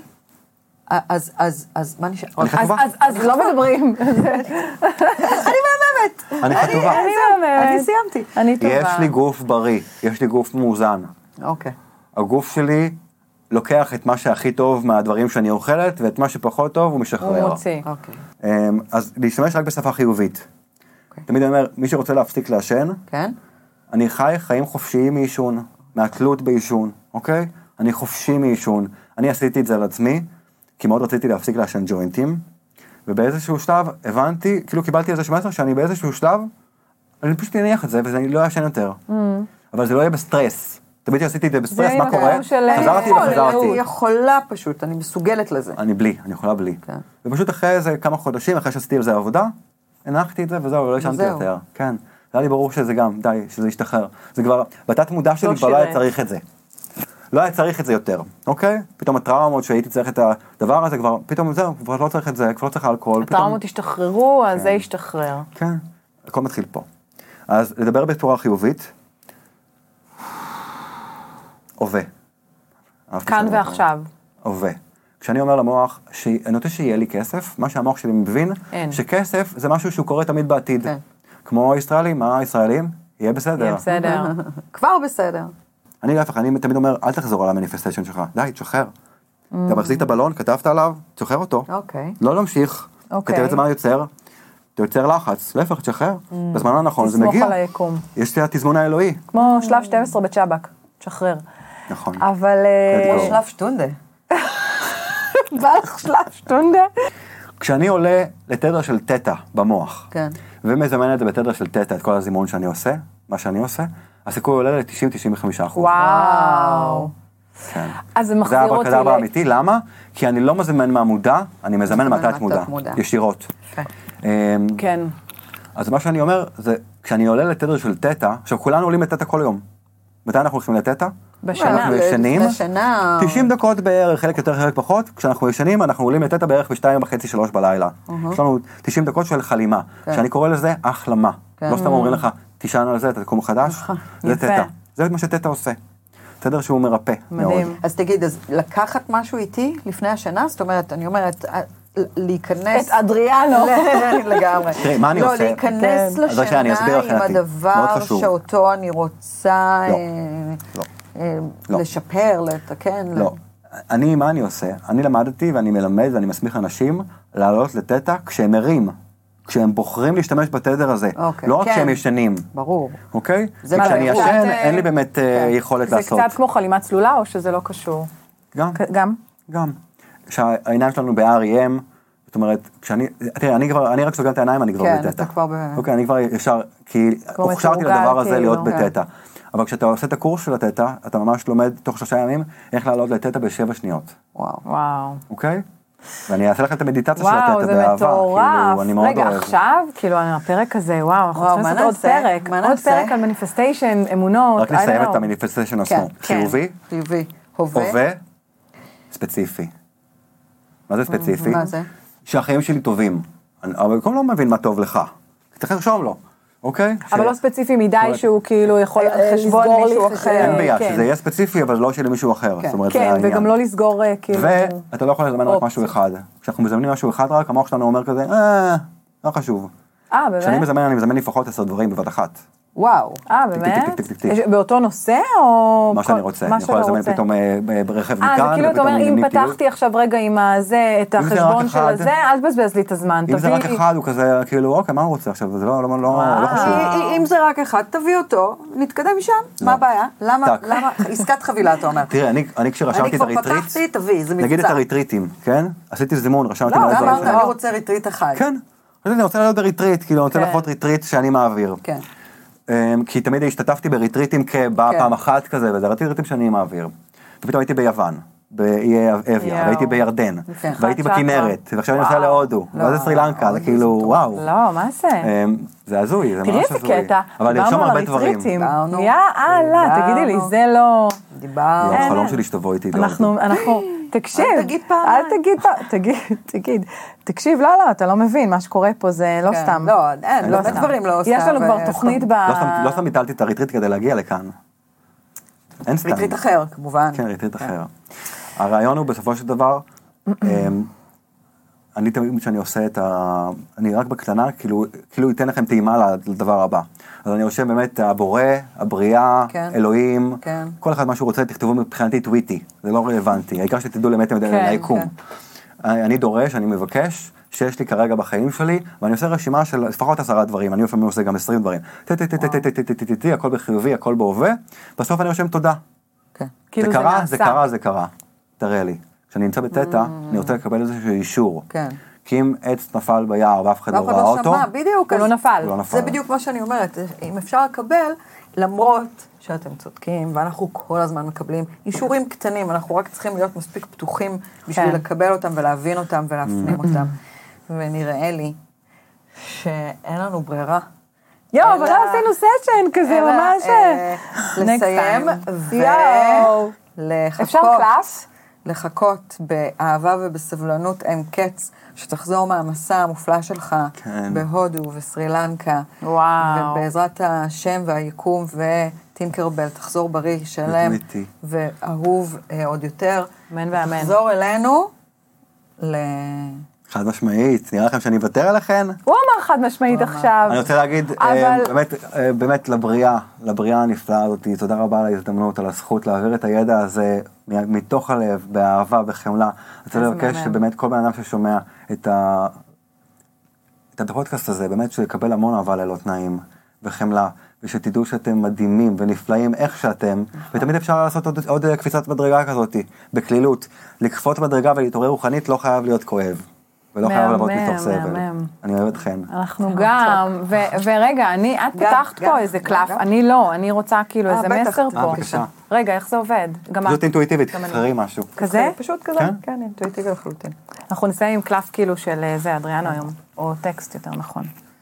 אז מה נשאר?
אני חטובה.
אז לא מדברים.
אני מהממת.
אני חטובה.
אני סיימתי.
אני טובה.
יש לי גוף בריא, יש לי גוף מאוזן.
אוקיי.
הגוף שלי לוקח את מה שהכי טוב מהדברים שאני אוכלת, ואת מה שפחות טוב הוא משחרר.
הוא מוציא.
אז להשתמש רק בשפה חיובית. תמיד אני אומר, מי שרוצה להפסיק לעשן, אני חי חיים חופשיים מעישון, מהתלות בעישון, אוקיי? אני חופשי מעישון. אני עשיתי את זה על עצמי, כי מאוד רציתי להפסיק לעשן ג'וינטים, ובאיזשהו שלב הבנתי, כאילו קיבלתי איזה שמסר שאני באיזשהו שלב, אני פשוט אניח את זה, ואני לא אעשן יותר. אבל זה לא יהיה בסטרס. תמיד שעשיתי את זה בסטרס, מה קורה? חזרתי וחזרתי.
אני יכולה פשוט, אני מסוגלת לזה.
אני יכולה בלי. ופשוט אחרי איזה כמה חודשים, אחרי שעשיתי על זה עבודה, הנחתי את זה וזהו, לא ישנתי יותר. כן. זה היה לי ברור שזה גם, די, שזה ישתחרר. זה כבר, בתת מודע שלי כבר לא היה צריך את זה. לא היה צריך את זה יותר, אוקיי? פתאום הטראומות שהייתי צריך את הדבר הזה, כבר, פתאום זהו, כבר לא צריך את זה, כבר לא צריך אלכוהול.
הטראומות השתחררו, אז זה ישתחרר.
כן, הכל מתחיל פה. אז לדבר בצורה חיובית, הווה.
כאן ועכשיו.
הווה. כשאני אומר למוח, אני רוצה שיהיה לי כסף, מה שהמוח שלי מבין, שכסף זה משהו שהוא קורה תמיד בעתיד. כמו הישראלים, מה הישראלים? יהיה בסדר.
יהיה בסדר.
כבר בסדר.
אני להפך, אני תמיד אומר, אל תחזור על המניפסטיישן שלך, די, תשחרר. אתה מחזיק את הבלון, כתבת עליו, תשחרר אותו. לא להמשיך, כתב את זה מה יוצר, אתה יוצר לחץ, להפך, תשחרר. בזמן הנכון, זה מגיע.
תסמוך על היקום.
יש את התזמון האלוהי.
כמו שלב 12 בצ'אבק, תשחרר.
נכון.
אבל...
כמו שלב שטונדה.
בא לך שלב שטונדה?
כשאני עולה לתדר של תטא במוח,
כן.
ומזמן את זה בתדר של תטא, את כל הזימון שאני עושה, מה שאני עושה, הסיכוי עולה ל-90-95%.
וואו.
כן.
אז זה מחזיר אותי...
זה אברקדברה אמיתי, למה? כי אני לא מזמן מהמודע, אני מזמן מהתת מודע, ישירות.
כן.
אז מה שאני אומר, זה כשאני עולה לתדר של תטא, עכשיו כולנו עולים לתטא כל יום. מתי אנחנו הולכים לתטא?
בשנה.
אנחנו ישנים,
בשנה.
90 דקות בערך, חלק יותר, חלק פחות. כשאנחנו ישנים, אנחנו עולים לתטא בערך ב-2:30-3 בלילה. יש לנו 90 דקות של חלימה, שאני קורא לזה החלמה. לא סתם אומרים לך, תישן על זה, אתה תקום חדש, זה תטא. זה מה שתטא עושה. תדר שהוא מרפא מאוד.
אז תגיד, אז לקחת משהו איתי לפני השנה? זאת אומרת, אני אומרת, להיכנס...
את אדריאנו.
לגמרי.
תראי, מה אני עושה?
לא, להיכנס לשנה עם הדבר שאותו אני רוצה לשפר, לתקן.
לא. מה אני עושה? אני למדתי ואני מלמד ואני מסמיך אנשים לעלות לתטא כשהם ערים. כשהם בוחרים להשתמש בתדר הזה. לא רק כשהם ישנים.
ברור.
אוקיי? וכשאני ישן, אין לי באמת יכולת לעשות.
זה קצת כמו חלימה צלולה או שזה לא קשור?
גם. כשהעיניים שלנו ב-REM, זאת אומרת, אני רק סוגר את העיניים, אני כבר בתטא.
כן, אתה כבר
אוקיי, אני כבר ישר, כי הוכשרתי לדבר הזה להיות בתטא. אבל כשאתה עושה את הקורס של התטא, אתה ממש לומד תוך 3 ימים איך לעלות לתטא ב7 שניות.
וואו.
אוקיי? ואני אעשה לך את המדיטציה של התטא באהבה.
וואו, זה מטורף.
אני מאוד
רגע,
אוהב.
עכשיו, כאילו, הפרק הזה, וואו, אנחנו צריכים לעשות עוד פרק. עוד פרק על מניפסטיישן, אמונות.
רק נסיים את המניפסטיישן עצמו. חיובי. הווה. ספציפי. מה זה ספציפי?
מה זה?
שהחיים שלי טובים. אבל כל לא מבין מה טוב לך. צריך לרשום לו. אוקיי?
אבל לא ספציפי מדי שהוא כאילו יכול לסגור מישהו אחר.
אין בעיה, שזה יהיה ספציפי, אבל לא של מישהו אחר.
כן, וגם לא לסגור כאילו...
ואתה לא יכול לזמן רק משהו אחד. כשאנחנו מזמנים משהו אחד רק, המוח שלנו אומר כזה, לא חשוב.
באמת?
כשאני מזמן לפחות 10 דברים בבת אחת.
וואו.
באמת? באותו נושא או...
מה שאני רוצה. אני יכול לזמן פתאום ברכב מכאן.
זה כאילו אתה אומר, אם פתחתי עכשיו רגע עם הזה, את החשבון של הזה, אל תבזבז לי את הזמן.
אם זה רק אחד, הוא כזה, כאילו, אוקיי, מה הוא רוצה עכשיו? זה לא חשוב.
אם זה רק אחד, תביא אותו, נתקדם משם. מה הבעיה? למה? עסקת חבילה, אתה אומר.
תראה, אני כשרשמתי את הריטריט,
אני כבר פתחתי, תביא, זה מבצע.
נגיד את הריטריטים, כן? עשיתי זימון, רשמתי
לא, אמרת, אני רוצה ריטריט אחד.
כן. אני רוצה לעלות בריטריט, כאילו, אני רוצה לחוות ריטריט שאני מעביר.
כן.
כי תמיד השתתפתי בריטריטים פעם אחת כזה, וזה ריטריטים שאני מעביר. ופתאום הייתי ביוון, באיי אביה, והייתי בירדן, והייתי בכנרת, ועכשיו אני נוסע להודו, ואז סרילנקה, זה כאילו, וואו.
לא, מה זה?
זה הזוי, זה ממש הזוי.
תראי איזה קטע,
אבל
דיברנו על הריטריטים. יאללה, תגידי לי, זה לא...
דיברנו.
החלום שלי שתבוא איתי להודו.
אנחנו, תקשיב.
אל תגיד פעמיים.
תגיד. תקשיב, לא, אתה לא מבין, מה שקורה פה זה לא סתם.
לא, אין, לא דברים לא סתם.
יש לנו כבר תוכנית
לא סתם ביטלתי את הריטריט כדי להגיע לכאן. אין סתם.
ריטריט אחר, כמובן.
כן, ריטריט אחר. הרעיון הוא בסופו של דבר, אני תמיד כשאני עושה אני רק בקטנה, כאילו ייתן לכם טעימה לדבר הבא. אז אני חושב באמת, הבורא, הבריאה, אלוהים, כל אחד מה שהוא רוצה, תכתבו מבחינתי טוויטי, זה לא רלוונטי, העיקר שתדעו באמת ליקום. אני דורש, אני מבקש, שיש לי כרגע בחיים שלי, ואני עושה רשימה של לפחות 10 דברים, אני לפעמים עושה גם 20 דברים. הכל בחיובי, הכל בהווה, בסוף אני רושם תודה. זה קרה. תראה לי. כשאני נמצא בטטה, אני רוצה לקבל איזשהו אישור. כי אם עץ נפל ביער ואף אחד לא ראה אותו,
בדיוק,
הוא לא נפל.
זה בדיוק מה שאני אומרת. אם אפשר לקבל, למרות שאתם צודקים, ואנחנו כל הזמן מקבלים אישורים קטנים, אנחנו רק צריכים להיות מספיק פתוחים בשביל לקבל אותם ולהבין אותם ולהפנים אותם. ונראה לי שאין לנו ברירה.
אבל לא עשינו סשן כזה, ממש...
לסיים
אפשר קלאס?
לחכות באהבה ובסבלנות אין קץ, שתחזור מהמסע המופלא שלך בהודו וסרילנקה.
וואו.
ובעזרת השם והיקום וטינקרבל, תחזור בריא, שלם ואהוב עוד יותר.
אמן ואמן.
תחזור אלינו
חד משמעית, נראה לכם שאני אוותר עליכן?
הוא אמר חד משמעית עכשיו.
אני רוצה להגיד, באמת לבריאה הנפלאה הזאת, תודה רבה על ההזדמנות, על הזכות להעביר את הידע הזה מתוך הלב, באהבה, בחמלה. אני רוצה לבקש שבאמת כל בן אדם ששומע את הפודקאסט הזה, באמת שיקבל המון אהבה ללא תנאים וחמלה, ושתדעו שאתם מדהימים ונפלאים איך שאתם, ותמיד אפשר לעשות עוד קפיצת מדרגה כזאת, בכלילות. לקפוץ מדרגה ולהתעורר רוחנית לא חייב להיות כואב. ולא חייב לעבוד מתוך סבל. אני אוהב אתכן.
אנחנו גם, ורגע, את פתחת פה איזה קלף, אני לא, אני רוצה כאילו איזה מסר פה. רגע, איך זה עובד?
פשוט אינטואיטיבית, תבחרי משהו.
כזה?
פשוט כזה, כן, אינטואיטיבי לחלוטין.
אנחנו נסיים עם קלף כאילו של זה, אדריאנו היום, או טקסט יותר נכון.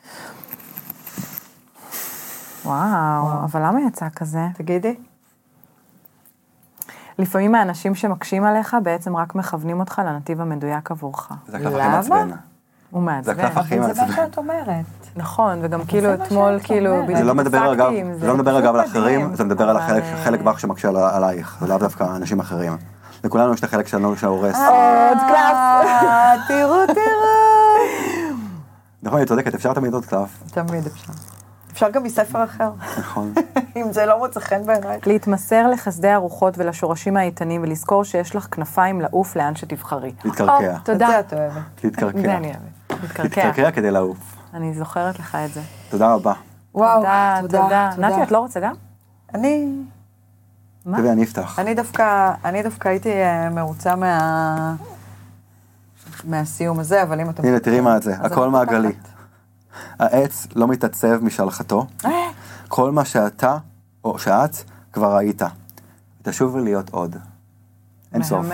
וואו, אבל למה יצא כזה?
תגידי.
לפעמים האנשים שמקשים עליך בעצם רק מכוונים אותך לנתיב המדויק עבורך.
זה הקלף הכי מעצבן.
הוא מעצבן.
זה הקלף הכי מעצבן.
זה מה שאת אומרת.
נכון, וגם כאילו אתמול כאילו...
זה לא מדבר אגב על אחרים, זה מדבר על החלק בך שמקשה עלייך, זה לאו דווקא אנשים אחרים. לכולנו יש את החלק שלנו שהורס.
עוד קלף.
תראו.
נכון, היא צודקת, אפשר תמיד עוד קלף.
תמיד אפשר. אפשר גם מספר אחר.
נכון.
אם זה לא מוצא חן בעיניי.
להתמסר לחסדי הרוחות ולשורשים האיתנים, ולזכור שיש לך כנפיים לעוף לאן שתבחרי.
להתקרקע.
תודה.
זה את אוהבת.
להתקרקע.
זה אני אוהבת.
להתקרקע כדי לעוף.
אני זוכרת לך את זה.
תודה רבה.
וואו,
תודה. נתי, את לא רוצה גם?
אני...
מה?
תראה, אני אפתח.
אני דווקא הייתי מרוצה מהסיום הזה, אבל אם אתם...
הנה, תראי מה זה, הכל מעגלי. העץ לא מתעצב משלחתו, כל מה שאתה או שאת כבר ראית. תשוב להיות עוד. אין סוף.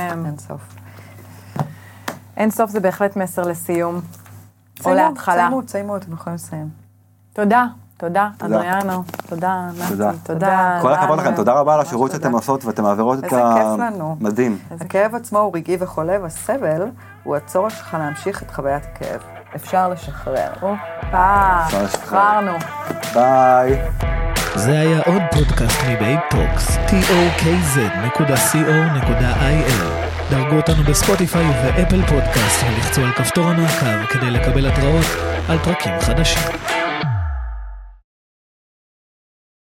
אין סוף זה בהחלט מסר לסיום. או להתחלה.
ציימו, אתם יכולים לסיים.
תודה, אדריאנו. תודה, נתי. תודה.
כל הכבוד לכם, תודה רבה על השירות שאתם עושות ואתם מעבירות את המדהים.
הכאב עצמו הוא רגעי וחולה, והסבל הוא הצורך שלך להמשיך את חוויית הכאב. אפשר לשחרר.
שחררנו.
ביי.
זה היה עוד פודקאסט מבית טוקס, tokz.co.il. דרגו אותנו בספוטיפיי ואפל פודקאסט ולחצו על כפתור המעקב כדי לקבל התראות על פרקים חדשים.